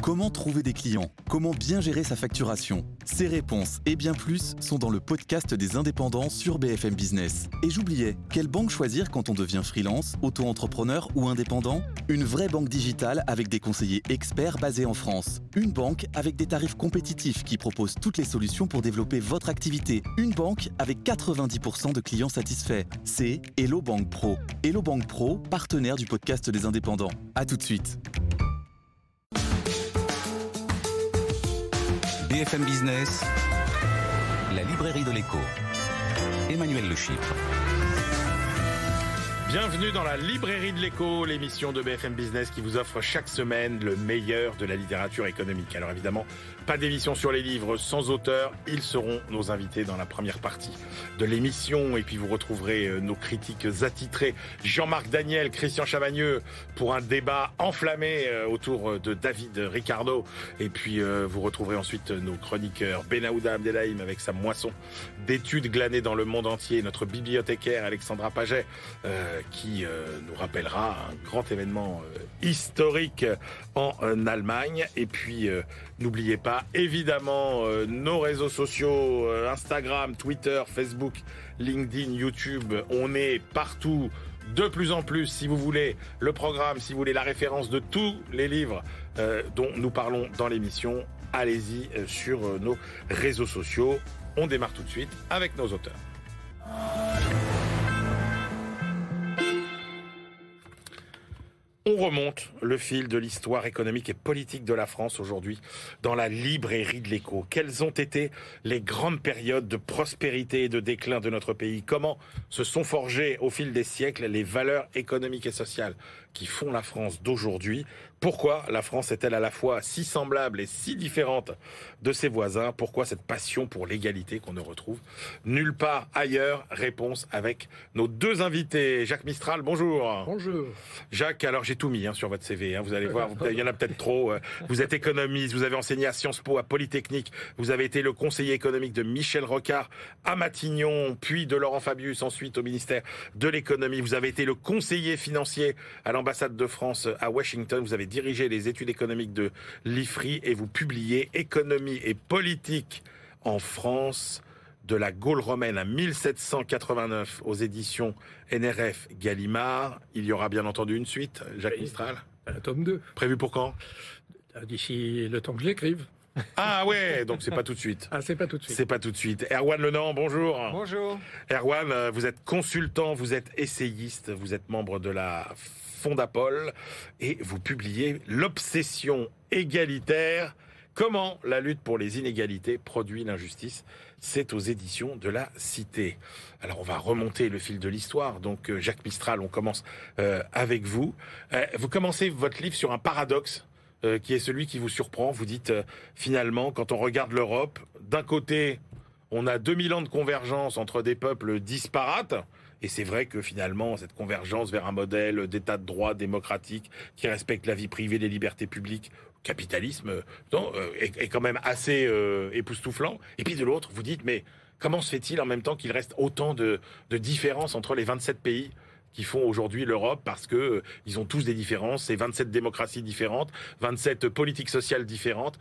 Comment trouver des clients? Comment bien gérer sa facturation? Ces réponses et bien plus sont dans le podcast des indépendants sur BFM Business. Et j'oubliais, quelle banque choisir quand on devient freelance, auto-entrepreneur ou indépendant? Une vraie banque digitale avec des conseillers experts basés en France. Une banque avec des tarifs compétitifs qui propose toutes les solutions pour développer votre activité. Une banque avec 90% de clients satisfaits. C'est Hello Bank Pro. Hello Bank Pro, partenaire du podcast des indépendants. À tout de suite. BFM Business, la librairie de l'écho. Emmanuel Le Chypre. Bienvenue dans la librairie de l'écho, l'émission de BFM Business qui vous offre chaque semaine le meilleur de la littérature économique. Alors évidemment, pas d'émission sur les livres sans auteur, ils seront nos invités dans la première partie de l'émission. Et puis vous retrouverez nos critiques attitrés, Jean-Marc Daniel, Christian Chavagneux, pour un débat enflammé autour de David Ricardo. Et puis vous retrouverez ensuite nos chroniqueurs, Benaouda Abdelhaim avec sa moisson d'études glanées dans le monde entier, notre bibliothécaire Alexandra Paget, qui nous rappellera un grand événement historique en Allemagne. Et puis, n'oubliez pas, évidemment, nos réseaux sociaux, Instagram, Twitter, Facebook, LinkedIn, YouTube, on est partout. De plus en plus, si vous voulez le programme, si vous voulez la référence de tous les livres dont nous parlons dans l'émission, allez-y sur nos réseaux sociaux. On démarre tout de suite avec nos auteurs. On remonte le fil de l'histoire économique et politique de la France aujourd'hui dans la librairie de l'écho. Quelles ont été les grandes périodes de prospérité et de déclin de notre pays? Comment se sont forgées au fil des siècles les valeurs économiques et sociales qui font la France d'aujourd'hui? Pourquoi la France est-elle à la fois si semblable et si différente de ses voisins? Pourquoi cette passion pour l'égalité qu'on ne retrouve nulle part ailleurs? Réponse avec nos deux invités. Jacques Mistral, bonjour. Bonjour. Jacques, alors j'ai tout mis sur votre CV, vous allez voir, il y en a peut-être trop. Vous êtes économiste, vous avez enseigné à Sciences Po, à Polytechnique, vous avez été le conseiller économique de Michel Rocard à Matignon, puis de Laurent Fabius ensuite au ministère de l'économie. Vous avez été le conseiller financier à l'ambassade de France à Washington. Vous avez dirigé les études économiques de l'IFRI et vous publiez Économie et politique en France de la Gaule romaine à 1789 aux éditions NRF Gallimard. Il y aura bien entendu une suite, Jacques Mistral. Un tome 2. Prévu pour quand? D'ici le temps que je l'écrive. Ah ouais, donc c'est pas tout de suite. Ah, c'est pas tout de suite. C'est pas tout de suite. Erwan Lenan, bonjour. Bonjour. Erwan, vous êtes consultant, vous êtes essayiste, vous êtes membre de la Fondapol et vous publiez L'obsession égalitaire. Comment la lutte pour les inégalités produit l'injustice? C'est aux éditions de la Cité. Alors on va remonter le fil de l'histoire. Donc Jacques Mistral, on commence avec vous. Vous commencez votre livre sur un paradoxe qui est celui qui vous surprend. Vous dites finalement, quand on regarde l'Europe, d'un côté, on a 2000 ans de convergence entre des peuples disparates. Et c'est vrai que finalement, cette convergence vers un modèle d'état de droit démocratique qui respecte la vie privée, les libertés publiques, capitalisme, est quand même assez époustouflant. Et puis de l'autre, vous dites, mais comment se fait-il en même temps qu'il reste autant de différences entre les 27 pays qui font aujourd'hui l'Europe, parce que ils ont tous des différences, c'est 27 démocraties différentes, 27 politiques sociales différentes,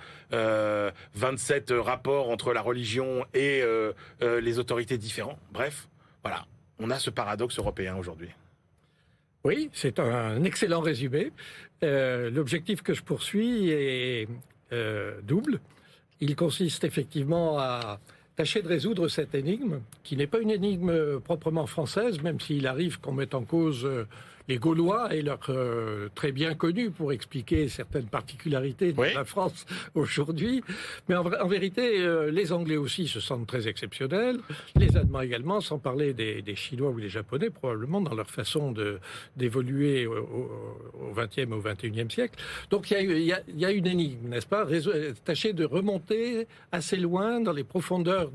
27 rapports entre la religion et les autorités différents. Bref, voilà. On a ce paradoxe européen aujourd'hui. Oui, c'est un excellent résumé. L'objectif que je poursuis est double. Il consiste effectivement à tâcher de résoudre cette énigme, qui n'est pas une énigme proprement française, même s'il arrive qu'on mette en cause les Gaulois et leur très bien connus pour expliquer certaines particularités de la France aujourd'hui. Mais en vérité, les Anglais aussi se sentent très exceptionnels, les Allemands également, sans parler des Chinois ou des Japonais, probablement dans leur façon d'évoluer au XXe et au XXIe siècle. Donc il y a une énigme, n'est-ce pas? Tâcher de remonter assez loin dans les profondeurs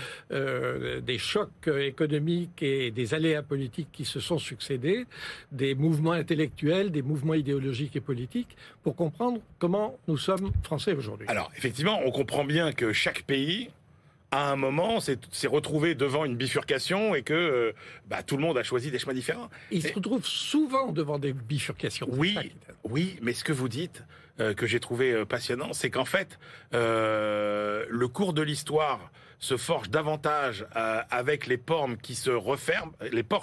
des chocs économiques et des aléas politiques qui se sont succédés, des mouvements intellectuels, des mouvements idéologiques et politiques, pour comprendre comment nous sommes français aujourd'hui. Alors, effectivement, on comprend bien que chaque pays à un moment, s'est retrouvé devant une bifurcation et que tout le monde a choisi des chemins différents. Il se retrouve souvent devant des bifurcations. Oui, mais ce que vous dites, que j'ai trouvé passionnant, c'est qu'en fait, le cours de l'histoire se forge davantage avec les portes qui se referment,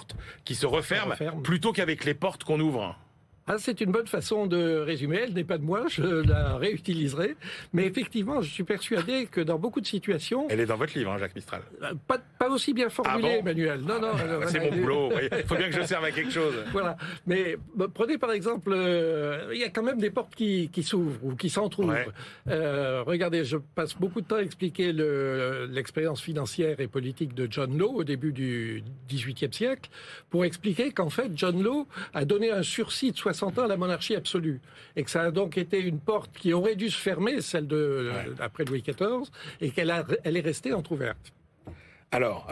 plutôt qu'avec les portes qu'on ouvre. Ah, c'est une bonne façon de résumer. Elle n'est pas de moi, je la réutiliserai. Mais effectivement, je suis persuadé que dans beaucoup de situations... Elle est dans votre livre, Jacques Mistral. Pas aussi bien formulée, bon Emmanuel. Non. C'est mon boulot. Il faut bien que je serve à quelque chose. Voilà. Mais prenez par exemple, il y a quand même des portes qui s'ouvrent ou qui s'entrouvent. Ouais. Regardez, je passe beaucoup de temps à expliquer l'expérience financière et politique de John Law au début du XVIIIe siècle pour expliquer qu'en fait, John Law a donné un sursis de 60 ans à la monarchie absolue. Et que ça a donc été une porte qui aurait dû se fermer, celle après Louis XIV, et elle est restée entrouverte. Alors,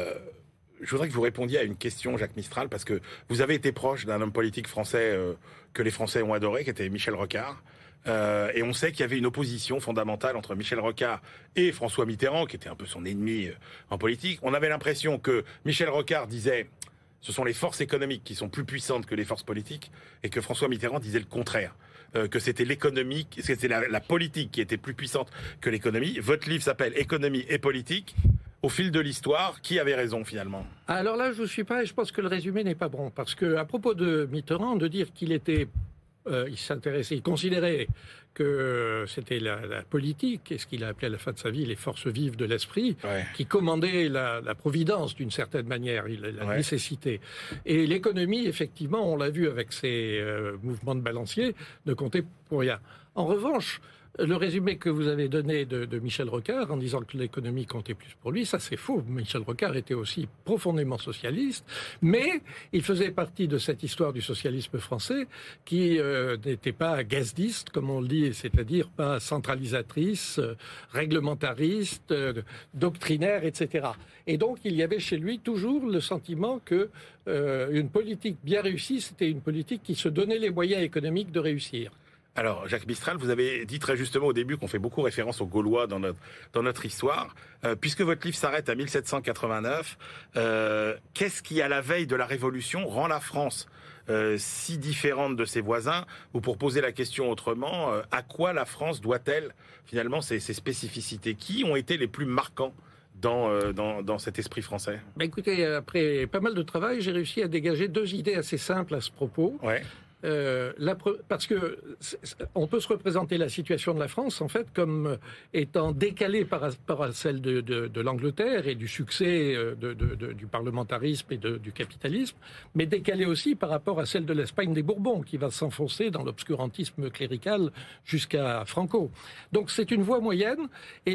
je voudrais que vous répondiez à une question, Jacques Mistral, parce que vous avez été proche d'un homme politique français que les Français ont adoré, qui était Michel Rocard. Et on sait qu'il y avait une opposition fondamentale entre Michel Rocard et François Mitterrand, qui était un peu son ennemi en politique. On avait l'impression que Michel Rocard disait... Ce sont les forces économiques qui sont plus puissantes que les forces politiques, et que François Mitterrand disait le contraire, que c'était l'économie, que c'était la politique qui était plus puissante que l'économie. Votre livre s'appelle Économie et politique. Au fil de l'histoire, qui avait raison finalement? Alors là, je ne suis pas, et je pense que le résumé n'est pas bon, parce que à propos de Mitterrand, de dire qu'il était, il s'intéressait, il considérait que c'était la politique, et ce qu'il a appelé à la fin de sa vie les forces vives de l'esprit, qui commandaient la providence d'une certaine manière, la nécessité. Et l'économie, effectivement, on l'a vu avec ses mouvements de balancier, ne comptait pour rien. En revanche, le résumé que vous avez donné de Michel Rocard en disant que l'économie comptait plus pour lui, ça c'est faux. Michel Rocard était aussi profondément socialiste, mais il faisait partie de cette histoire du socialisme français qui n'était pas gazdiste, comme on le dit, c'est-à-dire pas centralisatrice, réglementariste, doctrinaire, etc. Et donc il y avait chez lui toujours le sentiment que une politique bien réussie, c'était une politique qui se donnait les moyens économiques de réussir. Alors, Jacques Mistral, vous avez dit très justement au début qu'on fait beaucoup référence aux Gaulois dans notre histoire. Puisque votre livre s'arrête à 1789, qu'est-ce qui, à la veille de la Révolution, rend la France si différente de ses voisins? Ou pour poser la question autrement, à quoi la France doit-elle finalement ses spécificités? Qui ont été les plus marquants dans cet esprit français? Écoutez, après pas mal de travail, j'ai réussi à dégager 2 idées assez simples à ce propos. Ouais. Parce que on peut se représenter la situation de la France en fait comme étant décalée par rapport à celle de l'Angleterre et du succès du parlementarisme et du capitalisme, mais décalée aussi par rapport à celle de l'Espagne des Bourbons qui va s'enfoncer dans l'obscurantisme clérical jusqu'à Franco. Donc c'est une voie moyenne et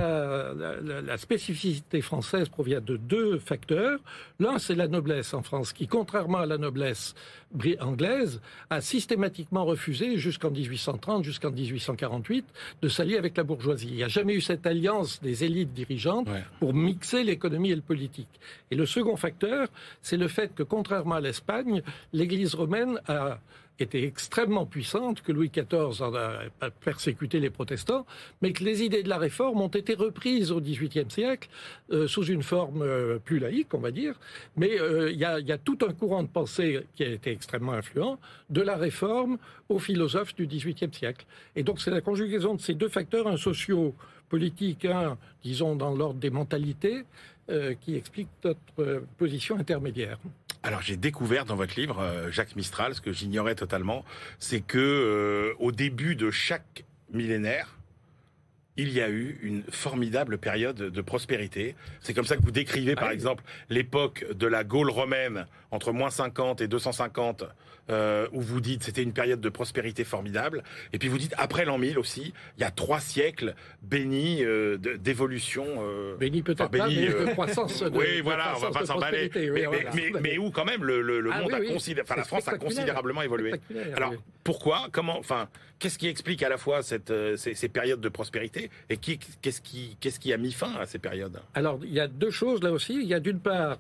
la spécificité française provient de 2 facteurs. L'un, c'est la noblesse en France qui, contrairement à la noblesse anglaise, a systématiquement refusé jusqu'en 1830, jusqu'en 1848, de s'allier avec la bourgeoisie. Il n'y a jamais eu cette alliance des élites dirigeantes pour mixer l'économie et le politique. Et le second facteur, c'est le fait que, contrairement à l'Espagne, l'Église romaine a été extrêmement puissante, que Louis XIV en a persécuté les protestants, mais que les idées de la réforme ont été reprises au XVIIIe siècle sous une forme plus laïque, on va dire. Mais il y a tout un courant de pensée qui a été extrêmement influent, de la réforme aux philosophes du XVIIIe siècle. Et donc c'est la conjugaison de ces 2 facteurs, un socio-politique, un, disons, dans l'ordre des mentalités, qui explique notre position intermédiaire. Alors j'ai découvert dans votre livre, Jacques Mistral, ce que j'ignorais totalement, c'est que au début de chaque millénaire, il y a eu une formidable période de prospérité. C'est comme ça que vous décrivez, par exemple, l'époque de la Gaule romaine, entre moins 50 et 250, où vous dites c'était une période de prospérité formidable. Et puis vous dites, après l'an 1000 aussi, il y a 3 siècles bénis d'évolution. Bénis peut-être pas, mais de croissance. Oui, voilà, on va pas s'emballer. Mais où quand même le monde la France a considérablement évolué. Alors, pourquoi? Comment? Enfin, qu'est-ce qui explique à la fois ces périodes de prospérité et qu'est-ce qui a mis fin à ces périodes? Alors, il y a 2 choses là aussi. Il y a d'une part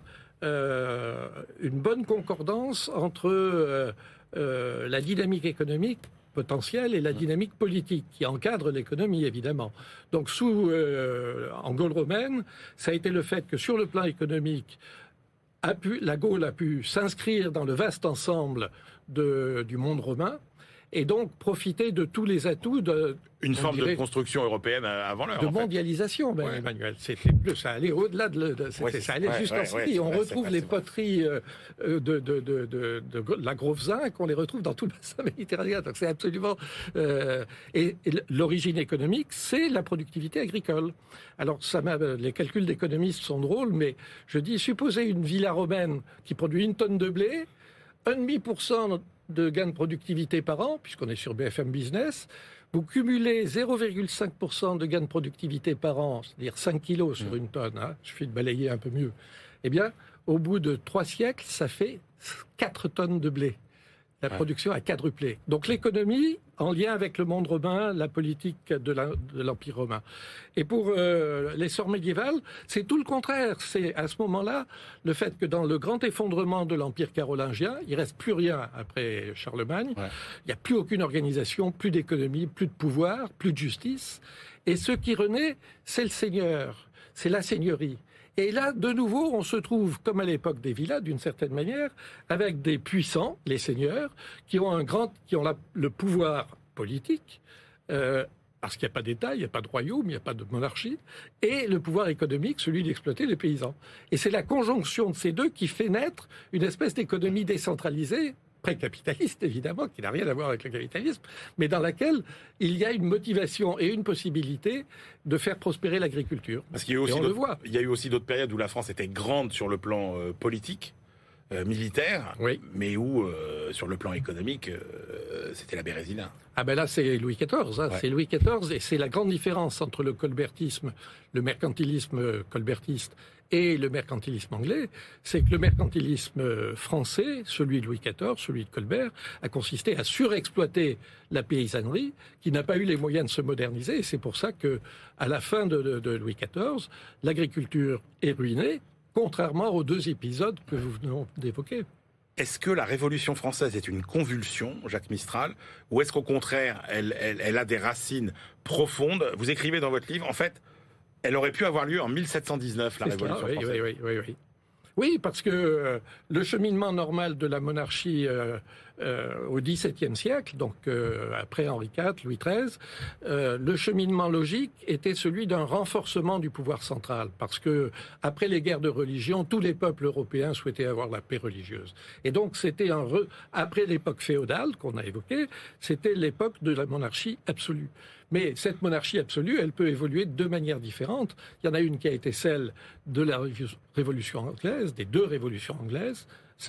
une bonne concordance entre la dynamique économique potentielle et la dynamique politique qui encadre l'économie, évidemment. Donc, en Gaule romaine, ça a été le fait que sur le plan économique, la Gaule a pu s'inscrire dans le vaste ensemble du monde romain et donc profiter de tous les atouts une forme de construction européenne avant l'heure. De mondialisation, Emmanuel. Ça allait au-delà ça allait jusqu'en Syrie. On retrouve les poteries de la Grove Zinc, on les retrouve dans tout le bassin méditerranéen. Donc c'est absolument... et l'origine économique, c'est la productivité agricole. Alors les calculs d'économistes sont drôles, mais je dis, supposez une villa romaine qui produit 1 tonne de blé, 1,5% de gain de productivité par an, puisqu'on est sur BFM Business, vous cumulez 0,5% de gain de productivité par an, c'est-à-dire 5 kilos sur 1 tonne, il suffit de balayer un peu mieux, eh bien, au bout de 3 siècles, ça fait 4 tonnes de blé. La production a quadruplé. Donc l'économie, en lien avec le monde romain, la politique de l'Empire romain. Et pour l'essor médiéval, c'est tout le contraire. C'est à ce moment-là le fait que dans le grand effondrement de l'Empire carolingien, il ne reste plus rien après Charlemagne. Il n'y a plus aucune organisation, plus d'économie, plus de pouvoir, plus de justice. Et ce qui renaît, c'est le seigneur, c'est la seigneurie. Et là, de nouveau, on se trouve, comme à l'époque des villas, d'une certaine manière, avec des puissants, les seigneurs, qui ont le pouvoir politique, parce qu'il n'y a pas d'État, il n'y a pas de royaume, il n'y a pas de monarchie, et le pouvoir économique, celui d'exploiter les paysans. Et c'est la conjonction de ces deux qui fait naître une espèce d'économie décentralisée, pré-capitaliste évidemment, qui n'a rien à voir avec le capitalisme, mais dans laquelle il y a une motivation et une possibilité de faire prospérer l'agriculture. Parce qu'il y a eu aussi il y a eu aussi d'autres périodes où la France était grande sur le plan politique, militaire, mais où, sur le plan économique, c'était la Bérésina. Ah ben là, c'est Louis XIV. C'est Louis XIV, et c'est la grande différence entre le colbertisme, le mercantilisme colbertiste, et le mercantilisme anglais, c'est que le mercantilisme français, celui de Louis XIV, celui de Colbert, a consisté à surexploiter la paysannerie, qui n'a pas eu les moyens de se moderniser. Et c'est pour ça que, à la fin de Louis XIV, l'agriculture est ruinée, contrairement aux 2 épisodes que vous venez d'évoquer. Est-ce que la Révolution française est une convulsion, Jacques Mistral, ou est-ce qu'au contraire, elle a des racines profondes? Vous écrivez dans votre livre, en fait, elle aurait pu avoir lieu en 1719, la Révolution française. Oui. Oui, parce que le cheminement normal de la monarchie au XVIIe siècle, donc après Henri IV, Louis XIII, le cheminement logique était celui d'un renforcement du pouvoir central, parce que après les guerres de religion, tous les peuples européens souhaitaient avoir la paix religieuse. Et donc c'était après l'époque féodale qu'on a évoquée, c'était l'époque de la monarchie absolue. Mais cette monarchie absolue, elle peut évoluer de 2 manières différentes. Il y en a une qui a été celle de la Révolution anglaise, des 2 révolutions anglaises,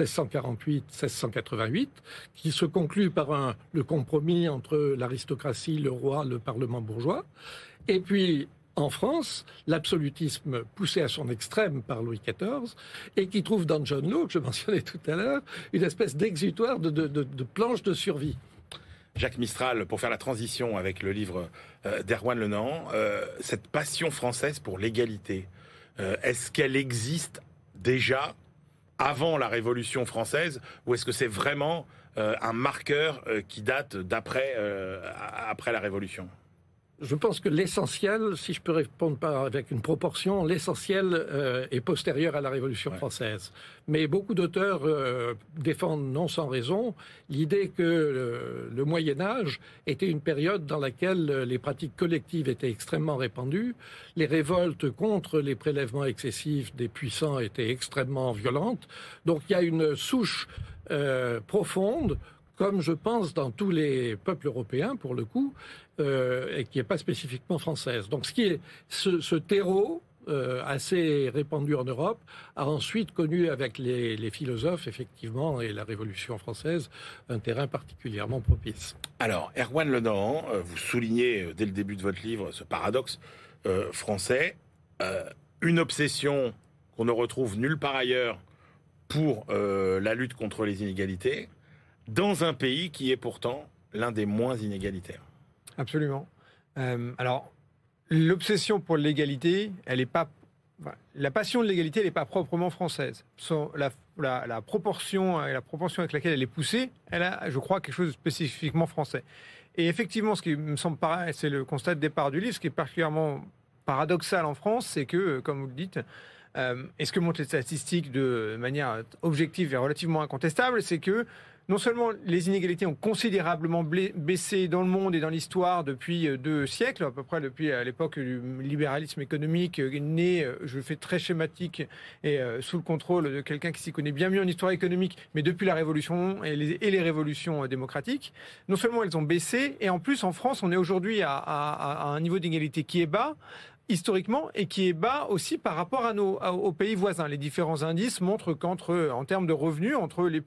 1648-1688, qui se conclut par le compromis entre l'aristocratie, le roi, le parlement bourgeois. Et puis, en France, l'absolutisme poussé à son extrême par Louis XIV, et qui trouve dans John Law, que je mentionnais tout à l'heure, une espèce d'exutoire de planche de survie. Jacques Mistral, pour faire la transition avec le livre d'Erwan Lenant, cette passion française pour l'égalité, est-ce qu'elle existe déjà avant la Révolution française, ou est-ce que c'est vraiment un marqueur qui date après la Révolution ? Je pense que l'essentiel, si je peux répondre avec une proportion, l'essentiel est postérieur à la Révolution française. Mais beaucoup d'auteurs défendent, non sans raison, l'idée que le Moyen-Âge était une période dans laquelle les pratiques collectives étaient extrêmement répandues, les révoltes contre les prélèvements excessifs des puissants étaient extrêmement violentes. Donc il y a une souche profonde, comme je pense dans tous les peuples européens, pour le coup, et qui n'est pas spécifiquement française. Donc ce terreau assez répandu en Europe a ensuite connu avec les philosophes, effectivement, et la Révolution française, un terrain particulièrement propice. Alors, Erwan Lenant, vous soulignez dès le début de votre livre ce paradoxe français, une obsession qu'on ne retrouve nulle part ailleurs pour la lutte contre les inégalités, dans un pays qui est pourtant l'un des moins inégalitaires. Absolument. Alors, l'obsession pour l'égalité, elle n'est pas la passion de l'égalité, elle n'est pas proprement française. La proportion avec laquelle elle est poussée, elle a, je crois, quelque chose de spécifiquement français. Et effectivement, ce qui me semble pareil, c'est le constat de départ du livre, ce qui est particulièrement paradoxal en France, c'est que, comme vous le dites, et ce que montrent les statistiques de manière objective et relativement incontestable, c'est que non seulement les inégalités ont considérablement baissé dans le monde et dans l'histoire depuis 2 siècles, à peu près depuis l'époque du libéralisme économique, né, je le fais très schématique, et sous le contrôle de quelqu'un qui s'y connaît bien mieux en histoire économique, mais depuis la Révolution et les révolutions démocratiques, non seulement elles ont baissé, et en plus en France, on est aujourd'hui à un niveau d'égalité qui est bas, historiquement, et qui est bas aussi par rapport aux pays voisins. Les différents indices montrent en termes de revenus, entre les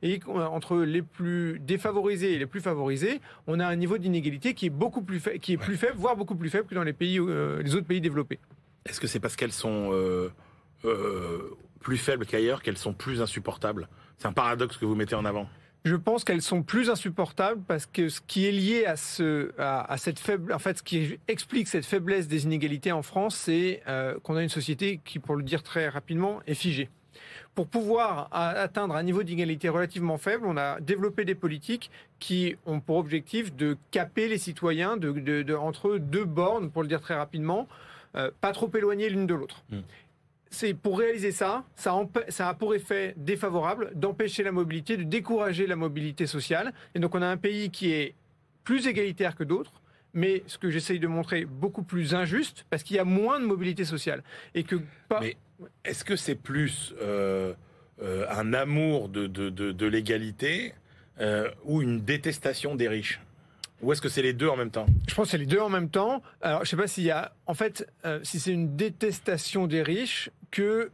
plus défavorisés et les plus favorisés, on a un niveau d'inégalité qui est plus faible, voire beaucoup plus faible que dans les autres pays développés. Est-ce que c'est parce qu'elles sont plus faibles qu'ailleurs qu'elles sont plus insupportables? C'est un paradoxe que vous mettez en avant. Je pense qu'elles sont plus insupportables parce que ce qui est lié à cette faible, en fait, ce qui explique cette faiblesse des inégalités en France, c'est qu'on a une société qui, pour le dire très rapidement, est figée. Pour pouvoir atteindre un niveau d'égalité relativement faible, on a développé des politiques qui ont pour objectif de caper les citoyens entre 2 bornes, pour le dire très rapidement, pas trop éloignées l'une de l'autre. C'est pour réaliser ça a pour effet défavorable d'empêcher la mobilité, de décourager la mobilité sociale. Et donc on a un pays qui est plus égalitaire que d'autres, mais ce que j'essaye de montrer, beaucoup plus injuste, parce qu'il y a moins de mobilité sociale. Mais est-ce que c'est plus un amour de l'égalité ou une détestation des riches? Ou est-ce que c'est les deux en même temps? Je pense que c'est les deux en même temps. Alors, je sais pas s'il y a, en fait, si c'est une détestation des riches, il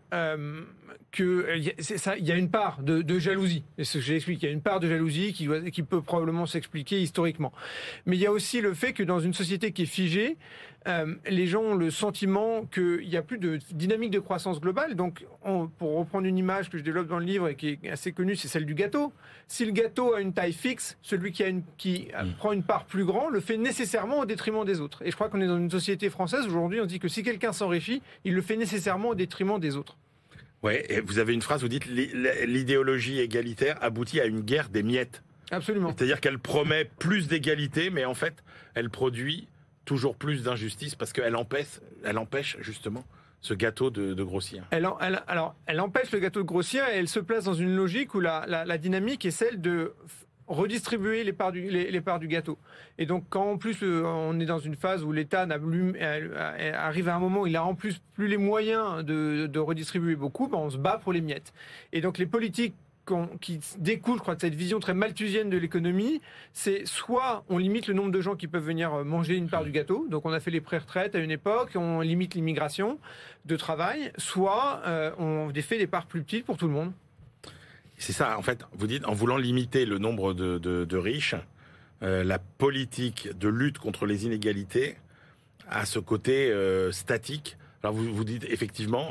y a une part de jalousie. Et ce que j'explique, il y a une part de jalousie qui peut probablement s'expliquer historiquement. Mais il y a aussi le fait que dans une société qui est figée, les gens ont le sentiment qu'il n'y a plus de dynamique de croissance globale. Donc, pour reprendre une image que je développe dans le livre et qui est assez connue, c'est celle du gâteau. Si le gâteau a une taille fixe, celui qui prend une part plus grande le fait nécessairement au détriment des autres. Et je crois qu'on est dans une société française aujourd'hui, on dit que si quelqu'un s'enrichit, il le fait nécessairement au détriment des autres. Ouais, et vous avez une phrase, vous dites l'idéologie égalitaire aboutit à une guerre des miettes. Absolument. C'est-à-dire qu'elle promet plus d'égalité, mais en fait, elle produit toujours plus d'injustice parce qu'elle empêche justement ce gâteau de grossir. Elle empêche le gâteau de grossir et elle se place dans une logique où la dynamique est celle de redistribuer les parts du gâteau. Et donc, quand en plus on est dans une phase où l'État arrive à un moment où il a en plus plus les moyens de redistribuer beaucoup, on se bat pour les miettes. Et donc, les politiques qui découle, je crois, de cette vision très malthusienne de l'économie, c'est soit on limite le nombre de gens qui peuvent venir manger une part du gâteau, donc on a fait les pré-retraites à une époque, on limite l'immigration de travail, soit on fait des parts plus petites pour tout le monde. C'est ça, en fait, vous dites, en voulant limiter le nombre de riches, la politique de lutte contre les inégalités a ce côté statique. Alors vous dites effectivement,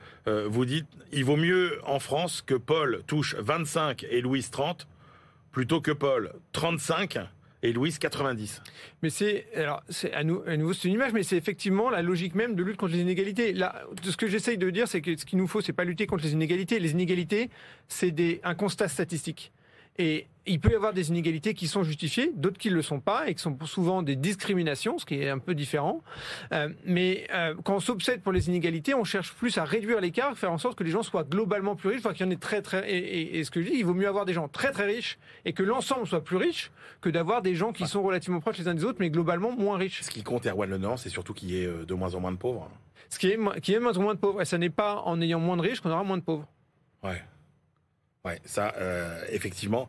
il vaut mieux en France que Paul touche 25 et Louise 30 plutôt que Paul 35 et Louise 90. Mais à nouveau c'est une image, mais c'est effectivement la logique même de lutte contre les inégalités. Là, ce que j'essaye de dire, c'est que ce qu'il nous faut, c'est pas lutter contre les inégalités. Les inégalités, c'est un constat statistique. Et il peut y avoir des inégalités qui sont justifiées, d'autres qui ne le sont pas, et qui sont souvent des discriminations, ce qui est un peu différent. Mais quand on s'obsède pour les inégalités, on cherche plus à réduire l'écart, faire en sorte que les gens soient globalement plus riches, enfin qu'il y en ait très très... Et ce que je dis, il vaut mieux avoir des gens très très riches, et que l'ensemble soit plus riche, que d'avoir des gens qui sont relativement proches les uns des autres, mais globalement moins riches. Ce qui compte à Erwan-le-Nord, c'est surtout qu'il y ait de moins en moins de pauvres. Ce qui est de moins en moins de pauvres, et ça n'est pas en ayant moins de riches qu'on aura moins de pauvres. Ouais. Ouais, ça, effectivement.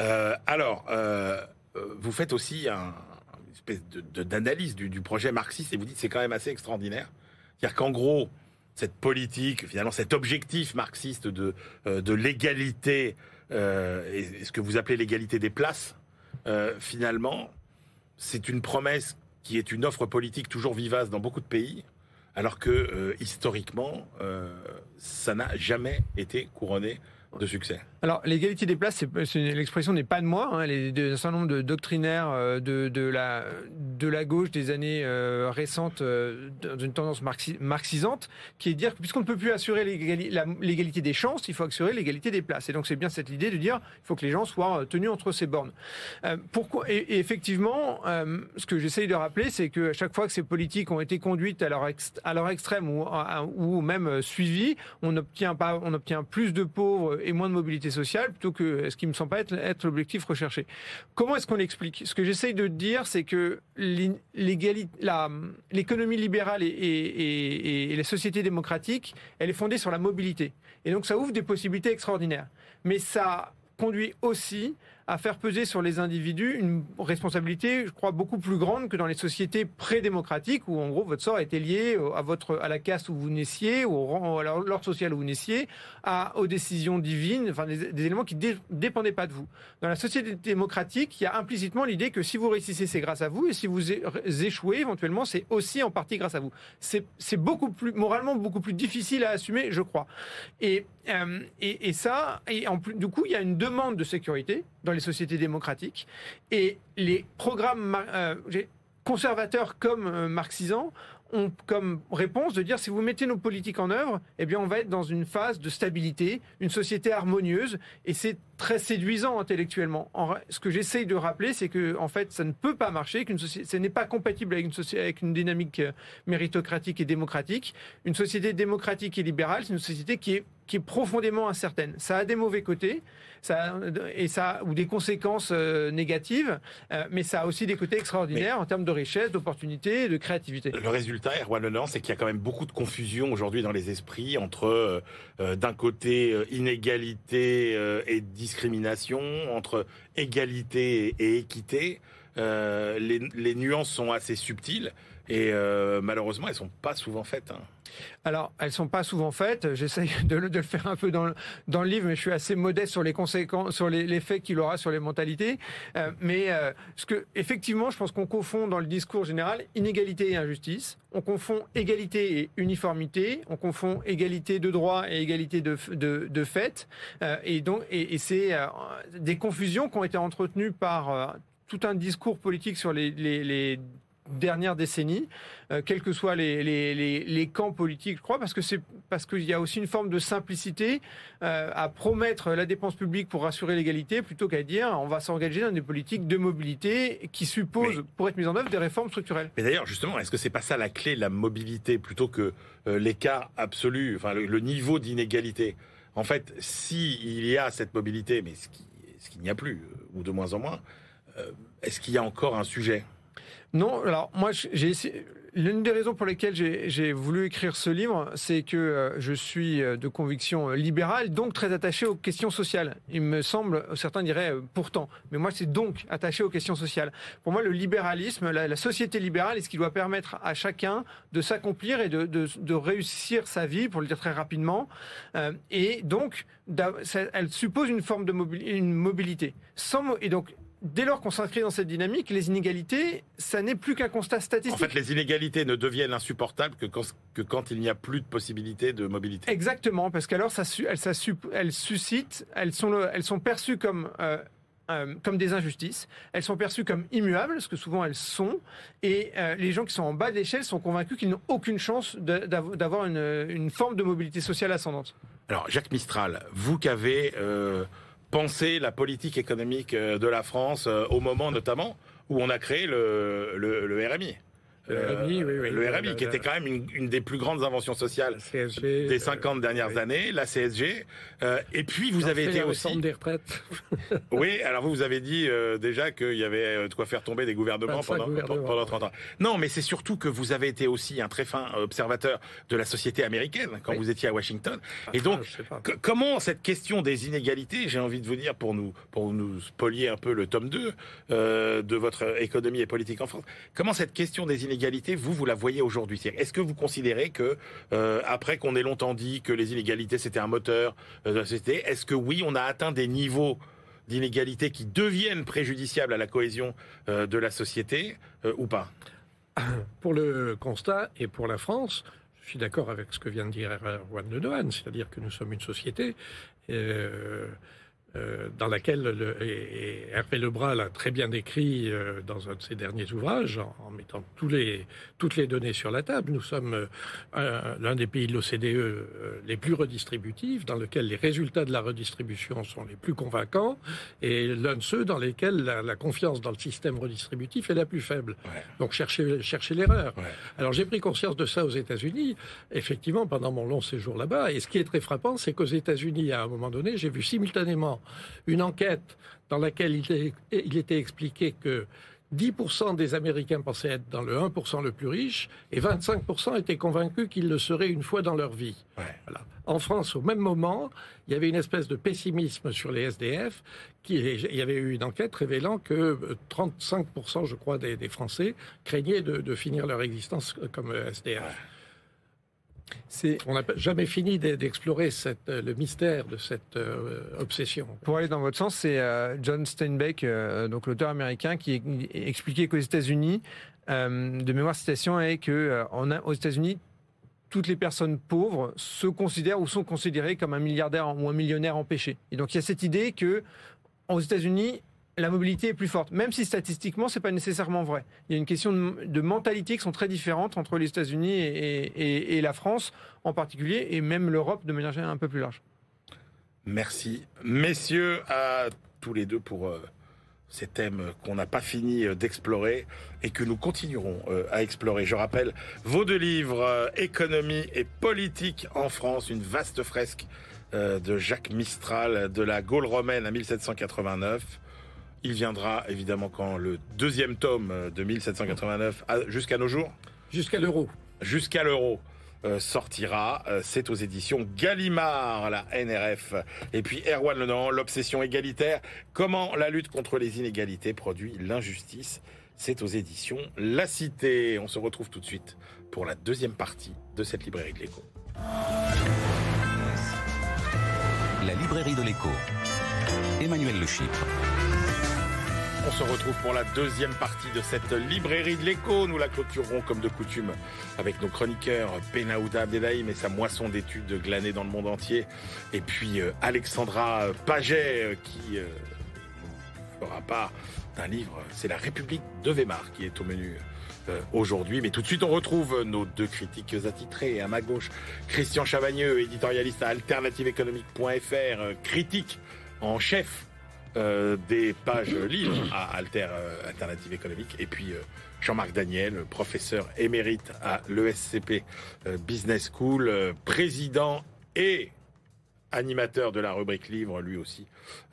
Vous faites aussi une espèce d'analyse du projet marxiste et vous dites c'est quand même assez extraordinaire. C'est-à-dire qu'en gros, cette politique, finalement, cet objectif marxiste de l'égalité, et ce que vous appelez l'égalité des places, finalement, c'est une promesse qui est une offre politique toujours vivace dans beaucoup de pays, alors que historiquement, ça n'a jamais été couronné de succès. Alors, l'égalité des places, l'expression n'est pas de moi. Un certain nombre de doctrinaires de la gauche des années récentes, d'une tendance marxisante, qui est de dire que puisqu'on ne peut plus assurer l'égalité des chances, il faut assurer l'égalité des places. Et donc, c'est bien cette idée de dire qu'il faut que les gens soient tenus entre ces bornes. Pourquoi ? Et effectivement, ce que j'essaye de rappeler, c'est que à chaque fois que ces politiques ont été conduites à leur extrême ou même suivies, on obtient plus de pauvres et moins de mobilité sociale, plutôt que ce qui me semble pas être l'objectif recherché. Comment est-ce qu'on l'explique ? Ce que j'essaye de dire, c'est que l'économie libérale et les sociétés démocratiques, elle est fondée sur la mobilité. Et donc ça ouvre des possibilités extraordinaires. Mais ça conduit aussi à faire peser sur les individus une responsabilité, je crois, beaucoup plus grande que dans les sociétés pré-démocratiques où, en gros, votre sort était lié à la caste où vous naissiez, ou à l'ordre social où vous naissiez, aux décisions divines, enfin des éléments qui dépendaient pas de vous. Dans la société démocratique, il y a implicitement l'idée que si vous réussissez, c'est grâce à vous, et si vous échouez, éventuellement, c'est aussi en partie grâce à vous. C'est moralement beaucoup plus difficile à assumer, je crois. Et en plus, du coup, il y a une demande de sécurité dans les sociétés démocratiques, et les programmes conservateurs comme marxisants ont comme réponse de dire si vous mettez nos politiques en œuvre, eh bien on va être dans une phase de stabilité, une société harmonieuse, et c'est très séduisant intellectuellement. Ce que j'essaye de rappeler, c'est que en fait, ça ne peut pas marcher, ce n'est pas compatible avec une dynamique méritocratique et démocratique. Une société démocratique et libérale, c'est une société qui est profondément incertaine. Ça a des mauvais côtés, ou des conséquences négatives, mais ça a aussi des côtés extraordinaires en termes de richesse, d'opportunités et de créativité. Le résultat, Erwan Lenormand, c'est qu'il y a quand même beaucoup de confusion aujourd'hui dans les esprits entre, d'un côté, inégalité et discrimination, entre égalité et équité. Les nuances sont assez subtiles et malheureusement, elles sont pas souvent faites. Alors, elles sont pas souvent faites. J'essaye de le faire un peu dans le livre, mais je suis assez modeste sur les conséquences, sur l'effet qu'il aura sur les mentalités. Effectivement, je pense qu'on confond dans le discours général inégalité et injustice. On confond égalité et uniformité. On confond égalité de droit et égalité de fait. Et c'est des confusions qui ont été entretenues par tout un discours politique sur les dernières décennies, quels que soient les camps politiques, je crois, parce qu'il y a aussi une forme de simplicité à promettre la dépense publique pour assurer l'égalité, plutôt qu'à dire on va s'engager dans des politiques de mobilité qui supposent, pour être mises en œuvre, des réformes structurelles. Mais d'ailleurs, justement, est-ce que c'est pas ça la clé, la mobilité, plutôt que l'écart absolu, enfin le niveau d'inégalité ? En fait, s'il y a cette mobilité, mais ce qu'il n'y a plus, ou de moins en moins, est-ce qu'il y a encore un sujet ? Non, alors moi, l'une des raisons pour lesquelles j'ai voulu écrire ce livre, c'est que je suis de conviction libérale, donc très attaché aux questions sociales. Il me semble, certains diraient pourtant, mais moi c'est donc attaché aux questions sociales. Pour moi, le libéralisme, la société libérale, est ce qui doit permettre à chacun de s'accomplir et de réussir sa vie, pour le dire très rapidement. Et donc, elle suppose une forme de mobilité. Et donc, dès lors qu'on s'inscrit dans cette dynamique, les inégalités, ça n'est plus qu'un constat statistique. En fait, les inégalités ne deviennent insupportables que quand il n'y a plus de possibilité de mobilité. Exactement, parce qu'alors elles sont perçues comme des injustices, elles sont perçues comme immuables, parce que souvent elles sont, et les gens qui sont en bas de l'échelle sont convaincus qu'ils n'ont aucune chance d'avoir une forme de mobilité sociale ascendante. Alors, Jacques Mistral, vous qui avez penser la politique économique de la France au moment notamment où on a créé le RMI. Le RMI, qui était quand même une des plus grandes inventions sociales des 50 dernières années, la CSG. Et puis, vous avez été aussi... réforme des retraites. Oui, alors vous avez dit déjà qu'il y avait de quoi faire tomber des gouvernements pendant 30 ans. Non, mais c'est surtout que vous avez été aussi un très fin observateur de la société américaine quand vous étiez à Washington. Et donc, comment cette question des inégalités, j'ai envie de vous dire, pour nous spolier un peu le tome 2 de votre économie et politique en France, comment cette question des inégalités, vous la voyez aujourd'hui? Est-ce que vous considérez que, après qu'on ait longtemps dit que les inégalités c'était un moteur de la société, est-ce que oui, on a atteint des niveaux d'inégalité qui deviennent préjudiciables à la cohésion de la société ou pas? Pour le constat et pour la France, je suis d'accord avec ce que vient de dire Erwan Lenormand, c'est-à-dire que nous sommes une société dans laquelle et Hervé Lebras l'a très bien décrit dans un de ses derniers ouvrages, en mettant toutes les données sur la table. Nous sommes l'un des pays de l'OCDE les plus redistributifs, dans lequel les résultats de la redistribution sont les plus convaincants, et l'un de ceux dans lesquels la confiance dans le système redistributif est la plus faible. Ouais. Donc cherchez l'erreur. Ouais. Alors j'ai pris conscience de ça aux États-Unis, effectivement, pendant mon long séjour là-bas, et ce qui est très frappant, c'est qu'aux États-Unis, à un moment donné, j'ai vu simultanément une enquête dans laquelle il était expliqué que 10% des Américains pensaient être dans le 1% le plus riche et 25% étaient convaincus qu'ils le seraient une fois dans leur vie. Ouais. Voilà. En France, au même moment, il y avait une espèce de pessimisme sur les SDF. Il y avait eu une enquête révélant que 35%, je crois, des Français craignaient de finir leur existence comme SDF. Ouais. On n'a jamais fini d'explorer le mystère de cette obsession. Pour aller dans votre sens, c'est John Steinbeck, donc l'auteur américain, qui expliquait qu'aux États-Unis, de mémoire citation, est que aux États-Unis, toutes les personnes pauvres se considèrent ou sont considérées comme un milliardaire ou un millionnaire empêché. Et donc il y a cette idée que aux États-Unis, la mobilité est plus forte, même si statistiquement, c'est pas nécessairement vrai. Il y a une question de mentalité qui sont très différentes entre les États-Unis et la France en particulier, et même l'Europe de manière générale un peu plus large. Merci, messieurs, à tous les deux pour ces thèmes qu'on n'a pas fini d'explorer et que nous continuerons à explorer. Je rappelle vos deux livres, Économie et politique en France, une vaste fresque de Jacques Mistral, de la Gaule romaine à 1789. Il viendra évidemment quand le deuxième tome de 1789 jusqu'à nos jours. Jusqu'à l'euro. Jusqu'à l'euro sortira. C'est aux éditions Gallimard, la NRF. Et puis Erwan Lenormand, l'obsession égalitaire. Comment la lutte contre les inégalités produit l'injustice. C'est aux éditions La Cité. On se retrouve tout de suite pour la deuxième partie de cette librairie de l'Écho. La librairie de l'Écho. Emmanuel Le Chypre. On se retrouve pour la deuxième partie de cette librairie de l'Écho. Nous la clôturerons comme de coutume avec nos chroniqueurs Benaouda Abdelhaim et sa moisson d'études glanées dans le monde entier. Et puis Alexandra Paget qui fera part d'un livre, c'est La République de Weimar qui est au menu aujourd'hui. Mais tout de suite, on retrouve nos deux critiques attitrés. À ma gauche, Christian Chavagneux, éditorialiste à alternativeéconomique.fr, critique en chef des pages livres à Alternative Économique. Et puis Jean-Marc Daniel, professeur émérite à l'ESCP Business School, président et animateur de la rubrique livre, lui aussi,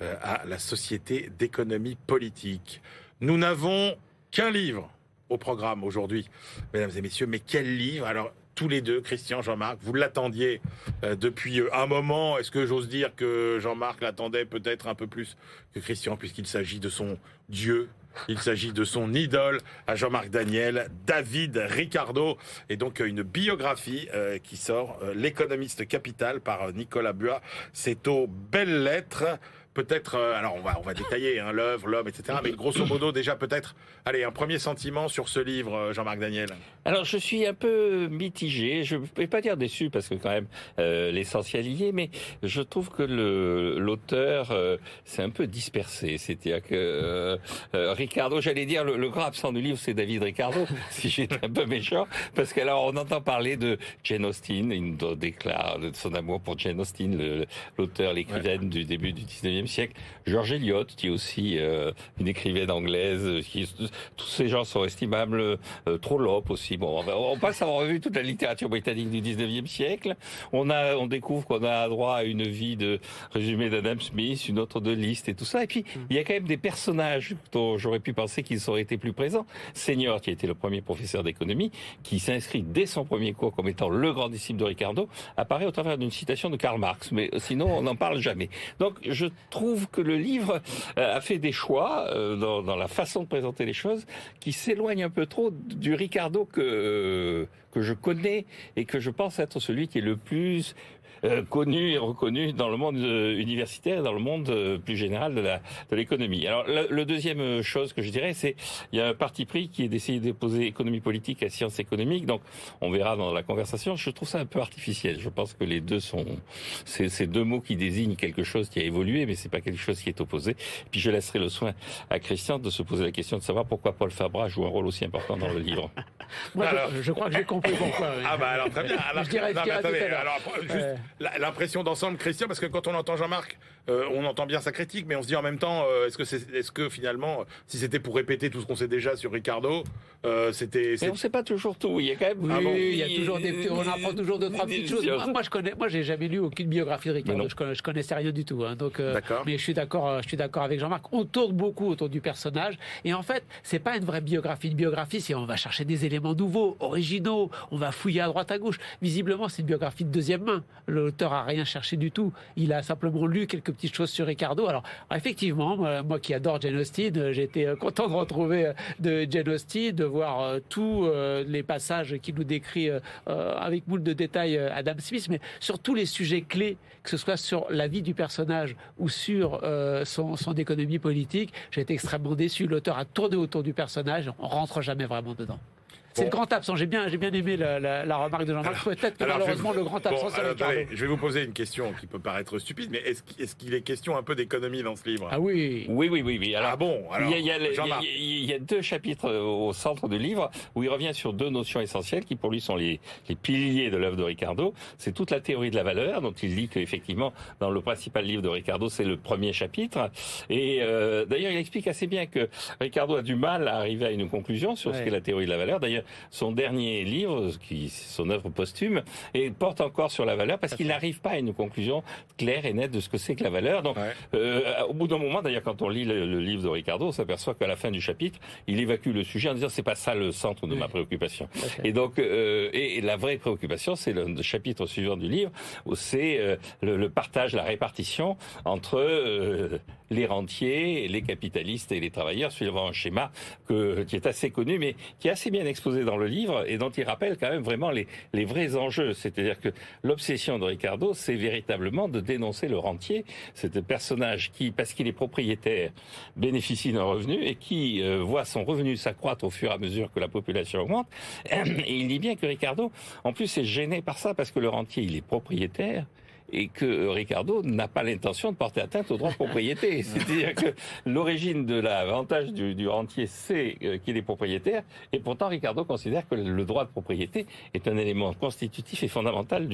à la Société d'économie politique. Nous n'avons qu'un livre au programme aujourd'hui, mesdames et messieurs, mais quel livre? Alors, tous les deux, Christian, Jean-Marc, vous l'attendiez depuis un moment. Est-ce que j'ose dire que Jean-Marc l'attendait peut-être un peu plus que Christian, puisqu'il s'agit de son dieu, il s'agit de son idole, à Jean-Marc Daniel, David Ricardo, et donc une biographie qui sort, L'économiste capital, par Nicolas Buat. C'est aux belles lettres. Peut-être, alors on va détailler l'œuvre, l'homme, etc. Mais grosso modo, déjà peut-être, allez, un premier sentiment sur ce livre, Jean-Marc Daniel. Alors je suis un peu mitigé, je ne vais pas dire déçu parce que quand même l'essentiel y est, mais je trouve que l'auteur s'est un peu dispersé. C'est-à-dire que Ricardo, j'allais dire le grand absent du livre, c'est David Ricardo, si j'étais un peu méchant, parce qu'alors on entend parler de Jane Austen, il nous déclare de son amour pour Jane Austen, l'auteur, l'écrivaine du début du 19e siècle, George Eliot, qui est aussi une écrivaine anglaise, tous ces gens sont estimables, Trollope aussi. Bon, on passe à avoir revu toute la littérature britannique du 19e siècle. On découvre qu'on a droit à une vie de résumé d'Adam Smith, une autre de Liszt et tout ça. Et puis, il y a quand même des personnages dont j'aurais pu penser qu'ils auraient été plus présents. Senior, qui a été le premier professeur d'économie, qui s'inscrit dès son premier cours comme étant le grand disciple de Ricardo, apparaît au travers d'une citation de Karl Marx. Mais sinon, on n'en parle jamais. Donc, je trouve que le livre a fait des choix dans la façon de présenter les choses qui s'éloignent un peu trop du Ricardo que je connais et que je pense être celui qui est le plus connu et reconnu dans le monde universitaire et dans le monde plus général de l'économie. Alors, le deuxième chose que je dirais, c'est il y a un parti pris qui est d'essayer d'opposer économie politique à sciences économiques. Donc, on verra dans la conversation. Je trouve ça un peu artificiel. Je pense que les deux sont ces deux mots qui désignent quelque chose qui a évolué, mais c'est pas quelque chose qui est opposé. Puis je laisserai le soin à Christian de se poser la question de savoir pourquoi Paul Fabra joue un rôle aussi important dans le livre. Moi, je crois que j'ai compris pourquoi. Oui. Ah bah alors très bien. Alors, Je dirais tout à l'heure. alors, juste l'impression d'ensemble, Christian, parce que quand on entend Jean-Marc, on entend bien sa critique, mais on se dit en même temps, est-ce que finalement, si c'était pour répéter tout ce qu'on sait déjà sur Ricardo, c'était. Mais on ne sait pas toujours tout. Il y a quand même. Oui, il y a toujours on apprend toujours deux, trois petites choses. Moi, j'ai jamais lu aucune biographie de Ricardo. Je connaissais rien du tout. Hein, donc, mais je suis d'accord avec Jean-Marc. On tourne beaucoup autour du personnage, et en fait, c'est pas une vraie biographie. Une biographie, c'est on va chercher des éléments nouveaux, originaux, on va fouiller à droite à gauche. Visiblement, c'est une biographie de deuxième main. L'auteur a rien cherché du tout. Il a simplement lu quelques petites choses sur Ricardo. Alors effectivement, moi qui adore Jane Austen, j'étais content de retrouver de Jane Austen, de voir tous les passages qu'il nous décrit avec moult de détails Adam Smith, mais sur tous les sujets clés, que ce soit sur la vie du personnage ou sur son économie politique. J'ai été extrêmement déçu. L'auteur a tourné autour du personnage, on rentre jamais vraiment dedans. C'est le grand absent. J'ai bien aimé la remarque de Jean-Marc. Peut-être que malheureusement, le grand absent, c'est Ricardo. Je vais vous poser une question qui peut paraître stupide, mais est-ce qu'il est question un peu d'économie dans ce livre? Ah oui. Oui. Alors, il y a deux chapitres au centre du livre où il revient sur deux notions essentielles qui, pour lui, sont les piliers de l'œuvre de Ricardo. C'est toute la théorie de la valeur, dont il dit qu'effectivement, dans le principal livre de Ricardo, c'est le premier chapitre. Et d'ailleurs, il explique assez bien que Ricardo a du mal à arriver à une conclusion sur ce qu'est la théorie de la valeur. D'ailleurs, son dernier livre, son œuvre posthume, porte encore sur la valeur parce qu'il n'arrive pas à une conclusion claire et nette de ce que c'est que la valeur. Donc, au bout d'un moment, d'ailleurs, quand on lit le livre de Ricardo, on s'aperçoit qu'à la fin du chapitre, il évacue le sujet en disant c'est pas ça le centre de ma préoccupation. Et donc, et la vraie préoccupation, c'est le chapitre suivant du livre où c'est le partage, la répartition entre les rentiers, les capitalistes et les travailleurs, suivant un schéma qui est assez connu, mais qui est assez bien exposé dans le livre et dont il rappelle quand même vraiment les vrais enjeux. C'est-à-dire que l'obsession de Ricardo, c'est véritablement de dénoncer le rentier, c'est un personnage qui, parce qu'il est propriétaire, bénéficie d'un revenu et qui voit son revenu s'accroître au fur et à mesure que la population augmente. Et il dit bien que Ricardo, en plus, est gêné par ça parce que le rentier, il est propriétaire et que Ricardo n'a pas l'intention de porter atteinte au droit de propriété. C'est-à-dire que l'origine de l'avantage du rentier, c'est qu'il est propriétaire, et pourtant Ricardo considère que le droit de propriété est un élément constitutif et fondamental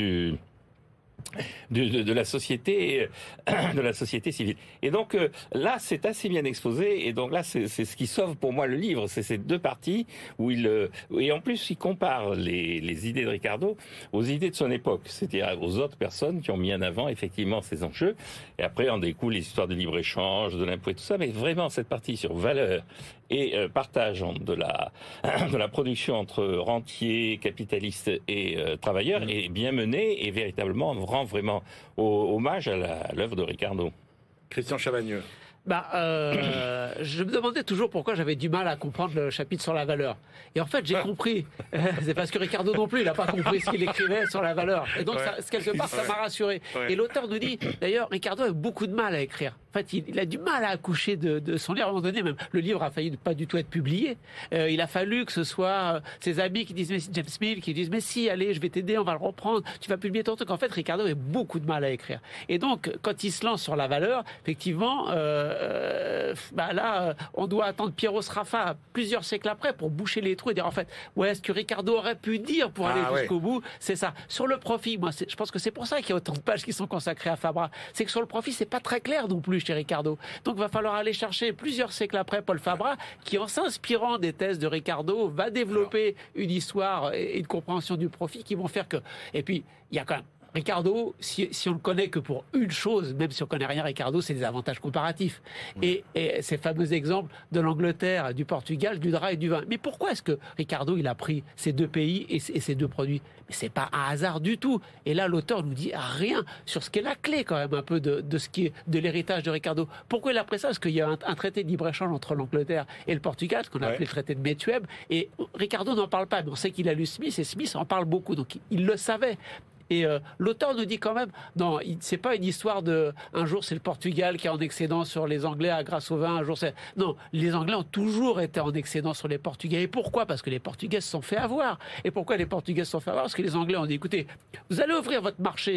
de la société civile. Et donc là, c'est assez bien exposé, et donc là, c'est ce qui sauve pour moi le livre, c'est ces deux parties où et en plus, il compare les idées de Ricardo aux idées de son époque, c'est-à-dire aux autres personnes qui ont mis en avant effectivement ces enjeux. Et après, en découle les histoires de libre-échange, de l'impôt et tout ça, mais vraiment cette partie sur valeur et partage de la production entre rentiers, capitalistes et travailleurs est bien menée et véritablement rend vraiment hommage à l'œuvre de Ricardo. Christian Chavagneux. Je me demandais toujours pourquoi j'avais du mal à comprendre le chapitre sur la valeur. Et en fait, j'ai compris. C'est parce que Ricardo non plus, il n'a pas compris ce qu'il écrivait sur la valeur. Et donc, quelque part, ça m'a rassuré. Et l'auteur nous dit, d'ailleurs, Ricardo a beaucoup de mal à écrire. En fait, il a du mal à accoucher de son livre. À un moment donné, même, le livre a failli pas du tout être publié. Il a fallu que ce soit ses amis qui disent, mais James Mill, qui disent, mais si, allez, je vais t'aider, on va le reprendre, tu vas publier ton truc. En fait, Ricardo a beaucoup de mal à écrire. Et donc, quand il se lance sur la valeur, effectivement, là, on doit attendre Piero Sraffa plusieurs siècles après pour boucher les trous et dire, en fait, ce que Ricardo aurait pu dire pour aller jusqu'au bout, c'est ça. Sur le profit, moi, je pense que c'est pour ça qu'il y a autant de pages qui sont consacrées à Fabra. C'est que sur le profit, c'est pas très clair non plus chez Ricardo. Donc, il va falloir aller chercher plusieurs siècles après Paul Fabra, qui, en s'inspirant des thèses de Ricardo, va développer une histoire et une compréhension du profit qui vont faire que... Et puis, il y a quand même Ricardo, si on ne connaît que pour une chose, même si on ne connaît rien, Ricardo, c'est des avantages comparatifs. Et ces fameux exemples de l'Angleterre, du Portugal, du drap et du vin. Mais pourquoi est-ce que Ricardo, il a pris ces deux pays et ces deux produits? Mais c'est pas un hasard du tout. Et là, l'auteur nous dit rien sur ce qui est la clé, quand même, un peu de ce qui est de l'héritage de Ricardo. Pourquoi il a pris ça? Parce qu'il y a un traité de libre-échange entre l'Angleterre et le Portugal, ce qu'on a appelé le traité de Methuen. Et Ricardo n'en parle pas, mais on sait qu'il a lu Smith, et Smith en parle beaucoup. Donc, il le savait. Et l'auteur nous dit quand même, non, c'est pas une histoire de un jour c'est le Portugal qui est en excédent sur les Anglais grâce au vin, un jour c'est... Non, les Anglais ont toujours été en excédent sur les Portugais. Et pourquoi? Parce que les Portugais se sont fait avoir. Et pourquoi les Portugais se sont fait avoir? Parce que les Anglais ont dit, écoutez, vous allez ouvrir votre marché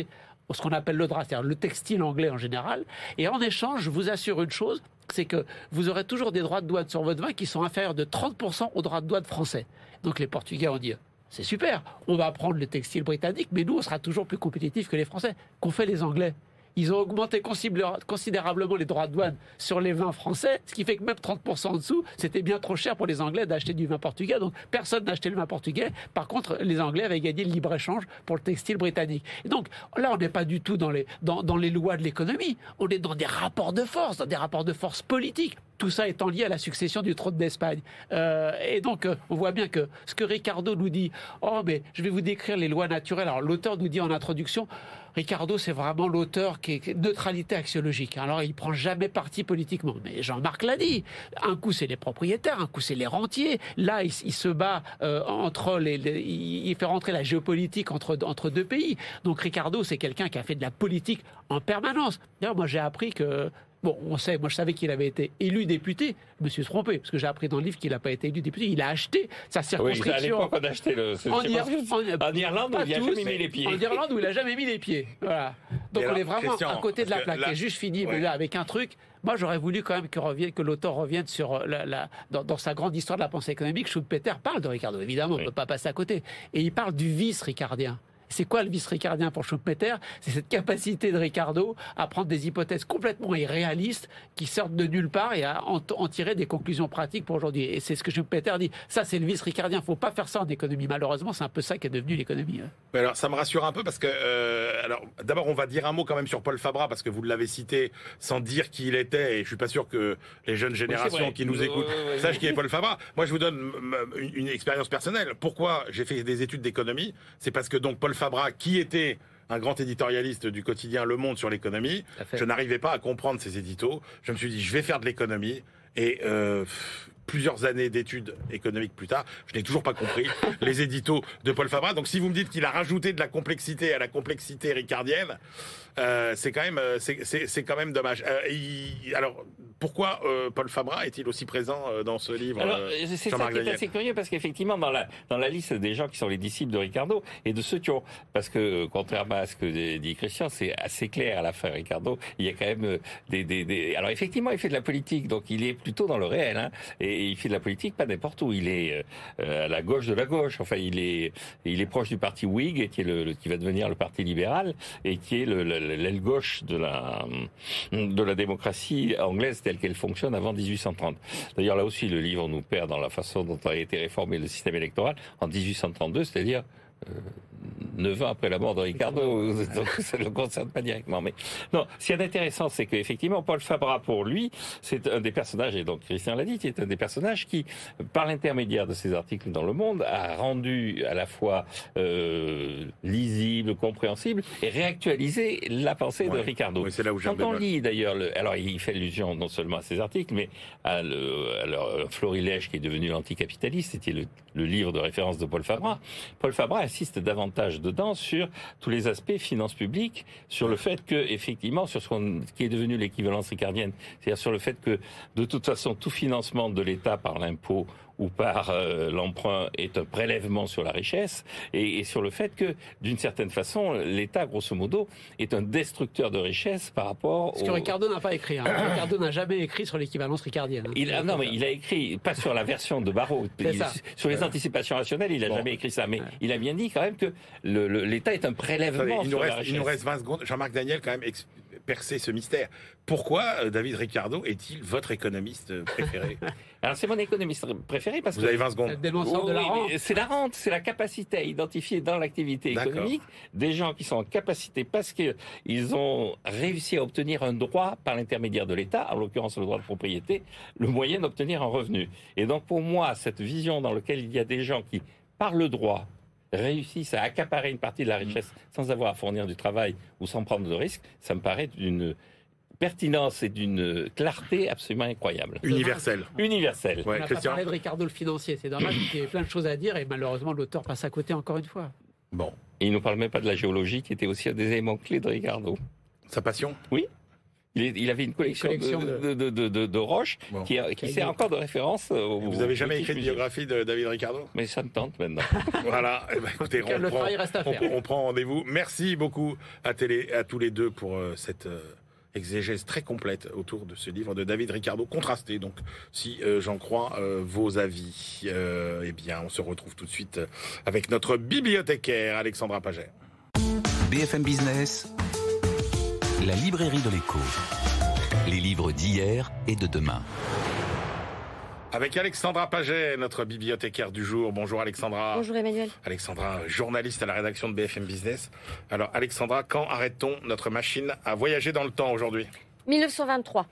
ce qu'on appelle le drap, c'est-à-dire le textile anglais en général. Et en échange, je vous assure une chose, c'est que vous aurez toujours des droits de douane sur votre vin qui sont inférieurs de 30% aux droits de douane français. Donc les Portugais ont dit, c'est super, on va prendre le textile britannique, mais nous, on sera toujours plus compétitifs que les Français. Qu'ont fait les Anglais ? Ils ont augmenté considérablement les droits de douane sur les vins français, ce qui fait que même 30% en dessous, c'était bien trop cher pour les Anglais d'acheter du vin portugais. Donc personne n'a acheté le vin portugais. Par contre, les Anglais avaient gagné le libre-échange pour le textile britannique. Et donc là, on n'est pas du tout dans les lois de l'économie. On est dans des rapports de force, dans des rapports de force politiques. Tout ça étant lié à la succession du trône d'Espagne. Et donc, on voit bien que ce que Ricardo nous dit, mais je vais vous décrire les lois naturelles. Alors, l'auteur nous dit en introduction, Ricardo, c'est vraiment l'auteur qui est neutralité axiologique. Alors, il prend jamais parti politiquement. Mais Jean-Marc l'a dit. Un coup, c'est les propriétaires, un coup, c'est les rentiers. Là, il se bat entre il fait rentrer la géopolitique entre deux pays. Donc, Ricardo, c'est quelqu'un qui a fait de la politique en permanence. D'ailleurs, moi, j'ai appris que bon, moi je savais qu'il avait été élu député. Je me suis trompé, parce que j'ai appris dans le livre qu'il n'a pas été élu député. Il a acheté sa circonscription. Oui, à l'époque, on a acheté en Irlande, où il n'a jamais mis les pieds. En Irlande, où il n'a jamais mis les pieds. Voilà. Donc on est vraiment à côté de la plaque. Et juste fini, mais là, avec un truc. Moi, j'aurais voulu quand même que l'auteur revienne sur dans sa grande histoire de la pensée économique. Schumpeter parle de Ricardo, évidemment, on ne peut pas passer à côté. Et il parle du vice ricardien. C'est quoi le vice ricardien pour Schumpeter ? C'est cette capacité de Ricardo à prendre des hypothèses complètement irréalistes qui sortent de nulle part et à en tirer des conclusions pratiques pour aujourd'hui. Et c'est ce que Schumpeter dit. Ça, c'est le vice ricardien. Il ne faut pas faire ça en économie. Malheureusement, c'est un peu ça qui est devenu l'économie. Mais alors, ça me rassure un peu parce que, alors, d'abord, on va dire un mot quand même sur Paul Fabra parce que vous l'avez cité sans dire qui il était. Et je suis pas sûr que les jeunes générations qui nous écoutent sachent qui est Paul Fabra. Moi, je vous donne une expérience personnelle. Pourquoi j'ai fait des études d'économie ? C'est parce que donc Paul Fabra, qui était un grand éditorialiste du quotidien Le Monde sur l'économie, je n'arrivais pas à comprendre ses éditos. Je me suis dit, je vais faire de l'économie. Et plusieurs années d'études économiques plus tard, je n'ai toujours pas compris les éditos de Paul Fabra. Donc si vous me dites qu'il a rajouté de la complexité à la complexité ricardienne, c'est quand même dommage. Alors pourquoi Paul Fabra est-il aussi présent dans ce livre? Alors c'est ça qui est assez curieux parce qu'effectivement dans la liste des gens qui sont les disciples de Ricardo et de ceux qui ont, parce que contrairement à ce que dit Christian, c'est assez clair à la fin. Ricardo, il y a quand même alors effectivement il fait de la politique, donc il est plutôt dans le réel, hein, et il fait de la politique pas n'importe où. Il est à la gauche de la gauche. Enfin, il est proche du parti Whig, qui va devenir le parti libéral et qui est l'aile gauche de la démocratie anglaise telle qu'elle fonctionne avant 1830. D'ailleurs, là aussi, le livre nous perd dans la façon dont a été réformé le système électoral en 1832, c'est-à-dire 9 ans après la mort de Ricardo, donc ça ne le concerne pas directement. Mais non, ce qui est intéressant, c'est qu'effectivement, Paul Fabra, pour lui, c'est un des personnages, et donc Christian l'a dit, c'est un des personnages qui, par l'intermédiaire de ses articles dans Le Monde, a rendu à la fois lisible, compréhensible, et réactualisé la pensée de Ricardo. Oui, c'est là où quand on lit d'ailleurs, alors il fait allusion non seulement à ses articles, mais à Florilège, qui est devenu l'anticapitaliste, c'était le livre de référence de Paul Fabra. Paul Fabra insiste davantage dedans sur tous les aspects finances publiques, sur le fait que, effectivement, sur ce qui est devenu l'équivalence ricardienne, c'est-à-dire sur le fait que, de toute façon, tout financement de l'État par l'impôt ou par l'emprunt est un prélèvement sur la richesse, et sur le fait que, d'une certaine façon, l'État, grosso modo, est un destructeur de richesse par rapport Ce que Ricardo n'a pas écrit. Ricardo n'a jamais écrit sur l'équivalence ricardienne. Non, mais il a écrit, pas sur la version de Barreau, sur les anticipations rationnelles, il n'a jamais écrit ça, mais il a bien dit quand même que l'État est un prélèvement sur la richesse. Il nous reste 20 secondes. Jean-Marc Daniel, quand même, percer ce mystère. Pourquoi David Ricardo est-il votre économiste préféré? Alors c'est mon économiste préféré parce que... Vous avez 20 secondes. C'est la rente, c'est la capacité à identifier dans l'activité économique des gens qui sont en capacité, parce qu'ils ont réussi à obtenir un droit par l'intermédiaire de l'État, en l'occurrence le droit de propriété, le moyen d'obtenir un revenu. Et donc pour moi, cette vision dans laquelle il y a des gens qui, par le droit, réussissent à accaparer une partie de la richesse sans avoir à fournir du travail ou sans prendre de risques, ça me paraît d'une pertinence et d'une clarté absolument incroyable. Universelle. Universelle. On n'a pas parlé de Ricardo le financier, c'est dommage, il y avait plein de choses à dire et malheureusement l'auteur passe à côté encore une fois. Bon. Et il ne nous parle même pas de la géologie qui était aussi un des éléments clés de Ricardo. Sa passion? Oui. Il avait une collection de roches qui sert encore de référence. Vous avez jamais écrit de biographie de David Ricardo? Mais ça me tente maintenant. Voilà. Écoutez, on prend rendez-vous. Merci beaucoup à tous les deux pour cette exégèse très complète autour de ce livre de David Ricardo, contrasté. Donc, si j'en crois vos avis, eh bien, on se retrouve tout de suite avec notre bibliothécaire Alexandra Paget. BFM Business, la librairie de l'écho. Les livres d'hier et de demain. Avec Alexandra Paget, notre bibliothécaire du jour. Bonjour Alexandra. Bonjour Emmanuel. Alexandra, journaliste à la rédaction de BFM Business. Alors Alexandra, quand arrête-t-on notre machine à voyager dans le temps aujourd'hui? 1923.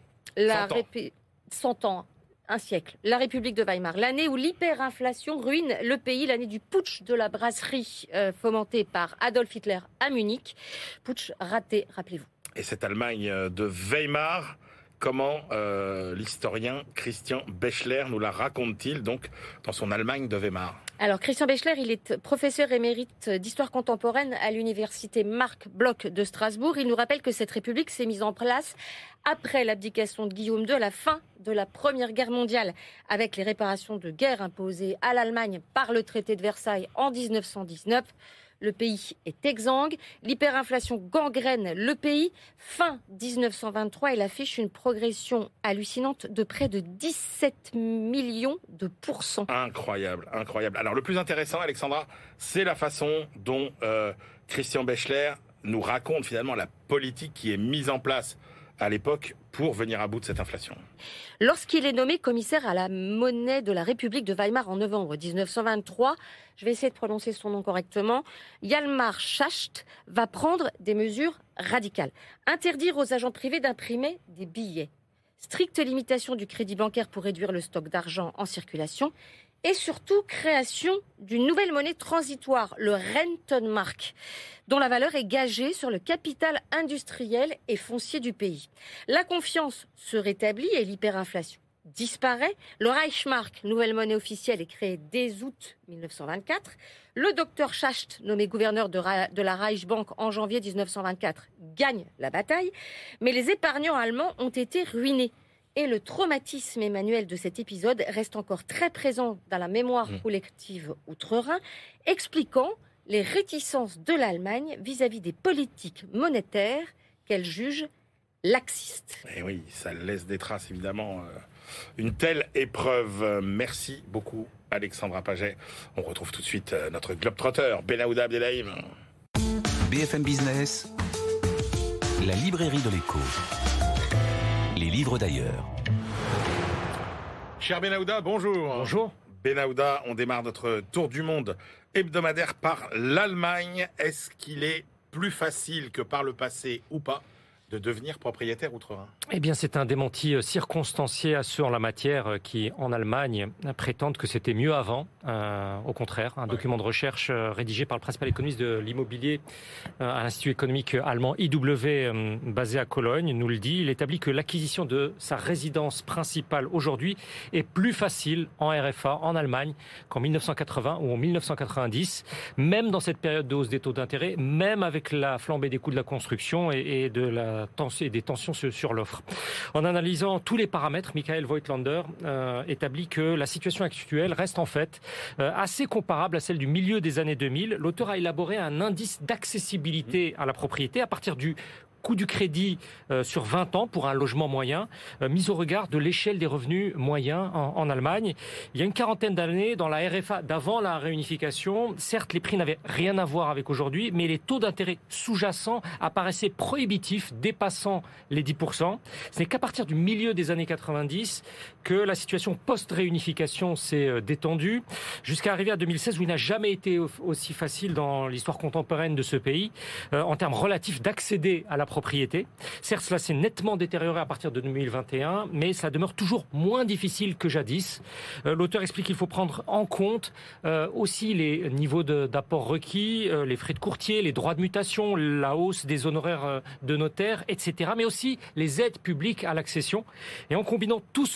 100 ans. Un siècle. La République de Weimar. L'année où l'hyperinflation ruine le pays. L'année du putsch de la brasserie fomenté par Adolf Hitler à Munich. Putsch raté, rappelez-vous. Et cette Allemagne de Weimar, comment l'historien Christian Bechler nous la raconte-t-il donc dans son Allemagne de Weimar? Alors Christian Bechler, il est professeur émérite d'histoire contemporaine à l'université Marc Bloch de Strasbourg. Il nous rappelle que cette république s'est mise en place après l'abdication de Guillaume II à la fin de la Première Guerre mondiale, avec les réparations de guerre imposées à l'Allemagne par le traité de Versailles en 1919. Le pays est exsangue, l'hyperinflation gangrène le pays. Fin 1923, il affiche une progression hallucinante de près de 17 millions de %. Incroyable, incroyable. Alors le plus intéressant, Alexandra, c'est la façon dont Christian Bechler nous raconte finalement la politique qui est mise en place à l'époque pour venir à bout de cette inflation. Lorsqu'il est nommé commissaire à la monnaie de la République de Weimar en novembre 1923, je vais essayer de prononcer son nom correctement, Hjalmar Schacht va prendre des mesures radicales. Interdire aux agents privés d'imprimer des billets. Stricte limitation du crédit bancaire pour réduire le stock d'argent en circulation. Et surtout, création d'une nouvelle monnaie transitoire, le Rentenmark, dont la valeur est gagée sur le capital industriel et foncier du pays. La confiance se rétablit et l'hyperinflation disparaît. Le Reichsmark, nouvelle monnaie officielle, est créée dès août 1924. Le docteur Schacht, nommé gouverneur de la Reichsbank en janvier 1924, gagne la bataille. Mais les épargnants allemands ont été ruinés. Et le traumatisme, Emmanuel, de cet épisode reste encore très présent dans la mémoire collective outre-Rhin, expliquant les réticences de l'Allemagne vis-à-vis des politiques monétaires qu'elle juge laxistes. Et oui, ça laisse des traces, évidemment. Une telle épreuve. Merci beaucoup, Alexandra Paget. On retrouve tout de suite notre globetrotter, Benahouda Abdelhaim. BFM Business, la librairie de l'écho. Les livres d'ailleurs. Cher Benahouda, bonjour. Bonjour. Benahouda, on démarre notre tour du monde hebdomadaire par l'Allemagne. Est-ce qu'il est plus facile que par le passé ou pas de devenir propriétaire outre-Rhin? Eh bien, c'est un démenti circonstancié à ceux en la matière qui, en Allemagne, prétendent que c'était mieux avant. Au contraire, un document de recherche rédigé par le principal économiste de l'immobilier à l'Institut économique allemand IW, basé à Cologne, nous le dit. Il établit que l'acquisition de sa résidence principale aujourd'hui est plus facile en RFA, en Allemagne, qu'en 1980 ou en 1990. Même dans cette période de hausse des taux d'intérêt, même avec la flambée des coûts de la construction et des tensions sur l'offre. En analysant tous les paramètres, Michael Voigtlander établit que la situation actuelle reste en fait assez comparable à celle du milieu des années 2000. L'auteur a élaboré un indice d'accessibilité à la propriété à partir du coût du crédit sur 20 ans pour un logement moyen, mis au regard de l'échelle des revenus moyens en Allemagne. Il y a une quarantaine d'années, dans la RFA d'avant la réunification, certes les prix n'avaient rien à voir avec aujourd'hui, mais les taux d'intérêt sous-jacents apparaissaient prohibitifs, dépassant les 10%. Ce n'est qu'à partir du milieu des années 90 que la situation post-réunification s'est détendue, jusqu'à arriver à 2016 où il n'a jamais été aussi facile dans l'histoire contemporaine de ce pays, en termes relatifs d'accéder à la propriété. Certes, cela s'est nettement détérioré à partir de 2021, mais ça demeure toujours moins difficile que jadis. L'auteur explique qu'il faut prendre en compte aussi les niveaux d'apport requis, les frais de courtier, les droits de mutation, la hausse des honoraires de notaire, etc., mais aussi les aides publiques à l'accession. Et en combinant tout ceci,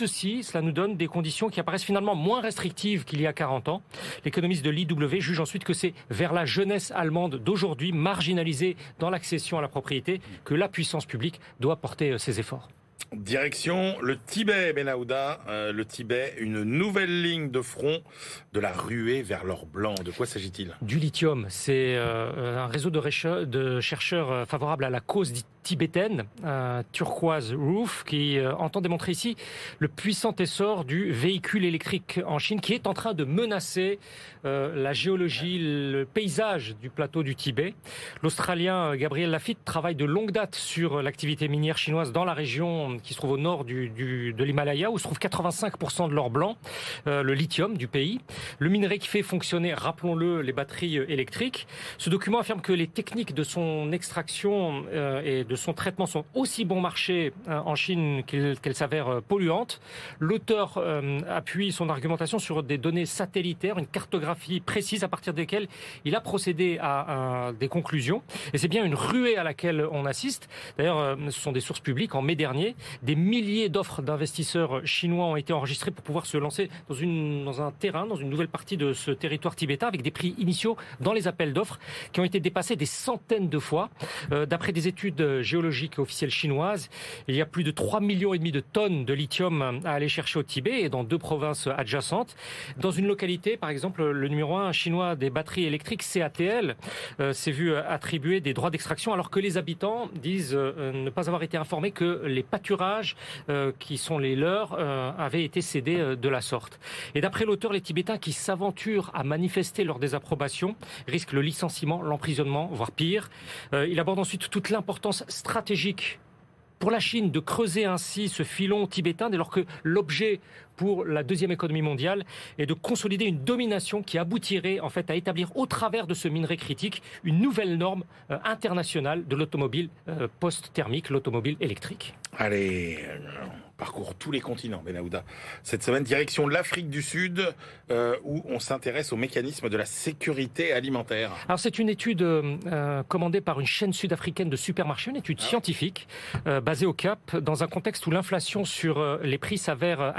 aujourd'hui, cela nous donne des conditions qui apparaissent finalement moins restrictives qu'il y a 40 ans. L'économiste de l'IW juge ensuite que c'est vers la jeunesse allemande d'aujourd'hui, marginalisée dans l'accession à la propriété, que la puissance publique doit porter ses efforts. Direction le Tibet, Benahouda. Le Tibet, une nouvelle ligne de front de la ruée vers l'or blanc. De quoi s'agit-il ? Du lithium. C'est un réseau de chercheurs favorables à la cause tibétaine, Turquoise Roof, qui entend démontrer ici le puissant essor du véhicule électrique en Chine, qui est en train de menacer la géologie, le paysage du plateau du Tibet. L'Australien Gabriel Lafitte travaille de longue date sur l'activité minière chinoise dans la région qui se trouve au nord de l'Himalaya, où se trouve 85% de l'or blanc, le lithium du pays. Le minerai qui fait fonctionner, rappelons-le, les batteries électriques. Ce document affirme que les techniques de son extraction et de son traitement sont aussi bon marché en Chine qu'elles s'avèrent polluantes. L'auteur appuie son argumentation sur des données satellitaires, une cartographie précise à partir desquelles il a procédé à des conclusions. Et c'est bien une ruée à laquelle on assiste. D'ailleurs, ce sont des sources publiques. En mai dernier, des milliers d'offres d'investisseurs chinois ont été enregistrées pour pouvoir se lancer dans un terrain, dans une nouvelle partie de ce territoire tibétain, avec des prix initiaux dans les appels d'offres qui ont été dépassés des centaines de fois. D'après des études géologiques officielles chinoises, il y a plus de 3,5 millions de tonnes de lithium à aller chercher au Tibet et dans 2 provinces adjacentes. Dans une localité, par exemple, le numéro 1 chinois des batteries électriques, CATL, s'est vu attribuer des droits d'extraction alors que les habitants disent ne pas avoir été informés que les pâturages qui sont les leurs avaient été cédés de la sorte. Et d'après l'auteur, les Tibétains qui s'aventurent à manifester leur désapprobation risquent le licenciement, l'emprisonnement, voire pire. Il aborde ensuite toute l'importance stratégique pour la Chine de creuser ainsi ce filon tibétain dès lors que l'objet pour la deuxième économie mondiale est de consolider une domination qui aboutirait en fait à établir au travers de ce minerai critique une nouvelle norme internationale de l'automobile post-thermique, l'automobile électrique. Allez, on parcourt tous les continents, Benahouda. Cette semaine, direction l'Afrique du Sud, où on s'intéresse au mécanisme de la sécurité alimentaire. Alors c'est une étude commandée par une chaîne sud-africaine de supermarchés, une étude scientifique basée au Cap, dans un contexte où l'inflation sur les prix s'avère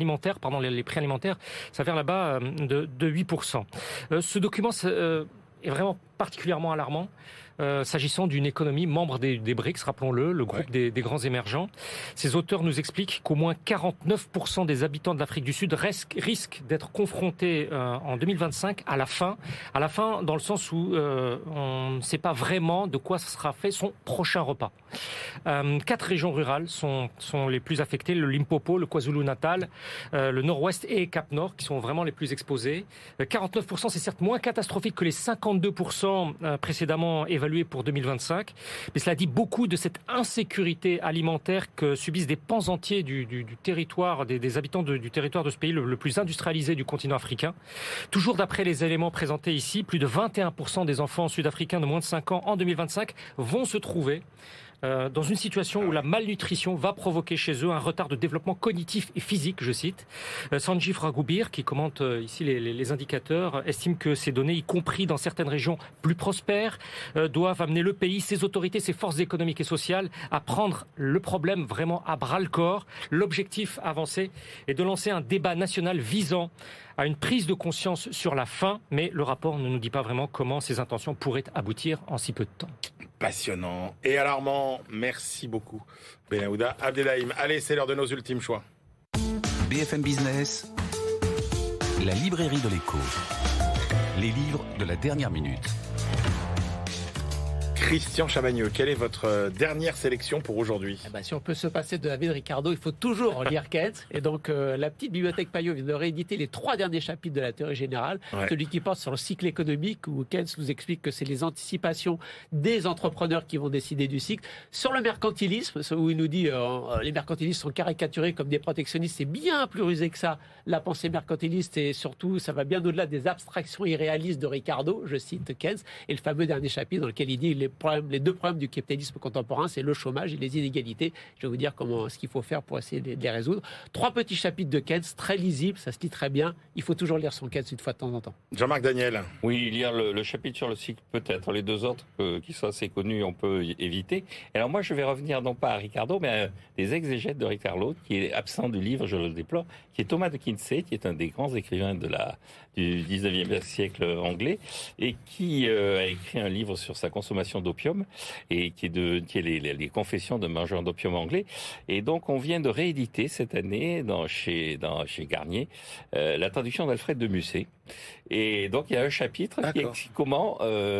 les prix alimentaires s'avèrent là-bas de 8%. Ce document est vraiment particulièrement alarmant. S'agissant d'une économie membre des BRICS, rappelons-le, le groupe des grands émergents. Ces auteurs nous expliquent qu'au moins 49% des habitants de l'Afrique du Sud risquent d'être confrontés en 2025 à la faim dans le sens où on ne sait pas vraiment de quoi sera fait son prochain repas. 4 régions rurales sont les plus affectées, le Limpopo, le KwaZulu-Natal, le Nord-Ouest et Cap-Nord qui sont vraiment les plus exposés. 49%, c'est certes moins catastrophique que les 52% précédemment évalués pour 2025. Mais cela dit beaucoup de cette insécurité alimentaire que subissent des pans entiers du territoire, des habitants du territoire de ce pays le plus industrialisé du continent africain. Toujours d'après les éléments présentés ici, plus de 21% des enfants sud-africains de moins de 5 ans en 2025 vont se trouver dans une situation où la malnutrition va provoquer chez eux un retard de développement cognitif et physique, je cite. Sanjeev Raghubir, qui commente ici les indicateurs, estime que ces données, y compris dans certaines régions plus prospères, doivent amener le pays, ses autorités, ses forces économiques et sociales à prendre le problème vraiment à bras-le-corps. L'objectif avancé est de lancer un débat national visant à une prise de conscience sur la faim, mais le rapport ne nous dit pas vraiment comment ces intentions pourraient aboutir en si peu de temps. Passionnant et alarmant. Merci beaucoup, Benahouda Abdelhaim. Allez, c'est l'heure de nos ultimes choix. BFM Business, la librairie de l'écho. Les livres de la dernière minute. Christian Chavagneux, quelle est votre dernière sélection pour aujourd'hui ? Si on peut se passer de la vie de Ricardo, il faut toujours lire Keynes. Et donc, la petite bibliothèque Payot vient de rééditer les 3 derniers chapitres de la théorie générale. Ouais. Celui qui porte sur le cycle économique, où Keynes nous explique que c'est les anticipations des entrepreneurs qui vont décider du cycle. Sur le mercantilisme, où il nous dit les mercantilistes sont caricaturés comme des protectionnistes. C'est bien plus rusé que ça, la pensée mercantiliste. Et surtout, ça va bien au-delà des abstractions irréalistes de Ricardo, je cite Keynes. Et le fameux dernier chapitre dans lequel il dit les deux problèmes du capitalisme contemporain, c'est le chômage et les inégalités. Je vais vous dire ce qu'il faut faire pour essayer de les résoudre. 3 petits chapitres de Keynes, très lisibles, ça se lit très bien. Il faut toujours lire son Keynes une fois de temps en temps. Jean-Marc Daniel. Oui, lire le chapitre sur le cycle, peut-être. Les deux autres qui sont assez connus, on peut éviter. Alors moi, je vais revenir non pas à Ricardo, mais à des exégètes de Ricardo, qui est absent du livre, je le déplore, qui est Thomas de Quincey, qui est un des grands écrivains du 19e siècle anglais, et qui a écrit un livre sur sa consommation d'opium, et qui est les confessions d'un mangeur d'opium anglais. Et donc, on vient de rééditer cette année, chez Garnier, la traduction d'Alfred de Musset. Et donc, il y a un chapitre qui explique comment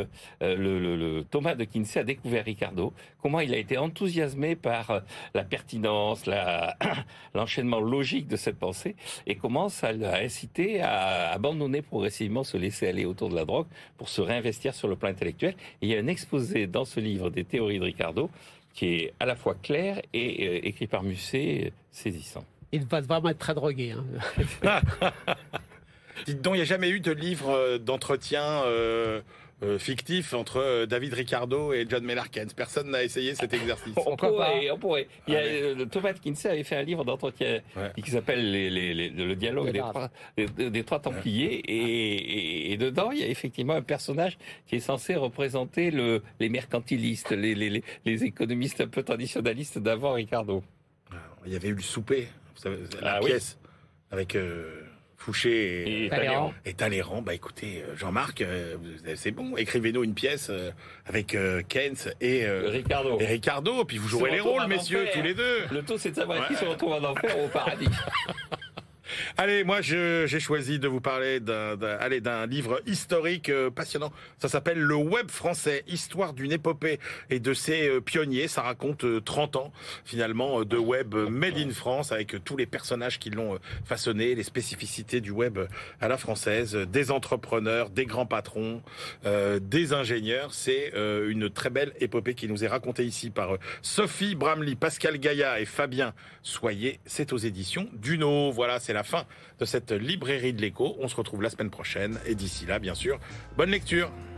le Thomas de Quincey a découvert Ricardo, comment il a été enthousiasmé par la pertinence, l'enchaînement logique de cette pensée, et comment ça l'a incité à abandonner progressivement, se laisser aller autour de la drogue pour se réinvestir sur le plan intellectuel. Et il y a un exposé dans ce livre des théories de Ricardo qui est à la fois clair et écrit par Musset, saisissant. Il va vraiment être très drogué. Hein. Dites donc, il n'y a jamais eu de livre d'entretien fictif entre David Ricardo et John Maynard Keynes. Personne n'a essayé cet exercice. On pourrait. Il y a, Thomas de Quincey avait fait un livre d'entretien qui s'appelle le dialogue des trois Templiers, et dedans il y a effectivement un personnage qui est censé représenter les mercantilistes, les économistes un peu traditionnalistes d'avant Ricardo. Il y avait eu le souper, vous savez, la pièce avec Fouché et Talleyrand. Bah écoutez, Jean-Marc, c'est bon, écrivez-nous une pièce avec Keynes et Ricardo, puis vous jouerez les rôles, messieurs, tous les deux. Le tout, c'est de savoir qui se retrouve en enfer ou au paradis. Allez, moi j'ai choisi de vous parler d'un livre historique passionnant. Ça s'appelle Le Web français, histoire d'une épopée et de ses pionniers. Ça raconte 30 ans finalement de web made in France, avec tous les personnages qui l'ont façonné, les spécificités du web à la française, des entrepreneurs, des grands patrons, des ingénieurs. C'est une très belle épopée qui nous est racontée ici par Sophie Bramley, Pascal Gaillat et Fabien Soyer. C'est aux éditions Duno. Voilà, c'est la fin de cette librairie de l'écho. On se retrouve la semaine prochaine et d'ici là, bien sûr, bonne lecture.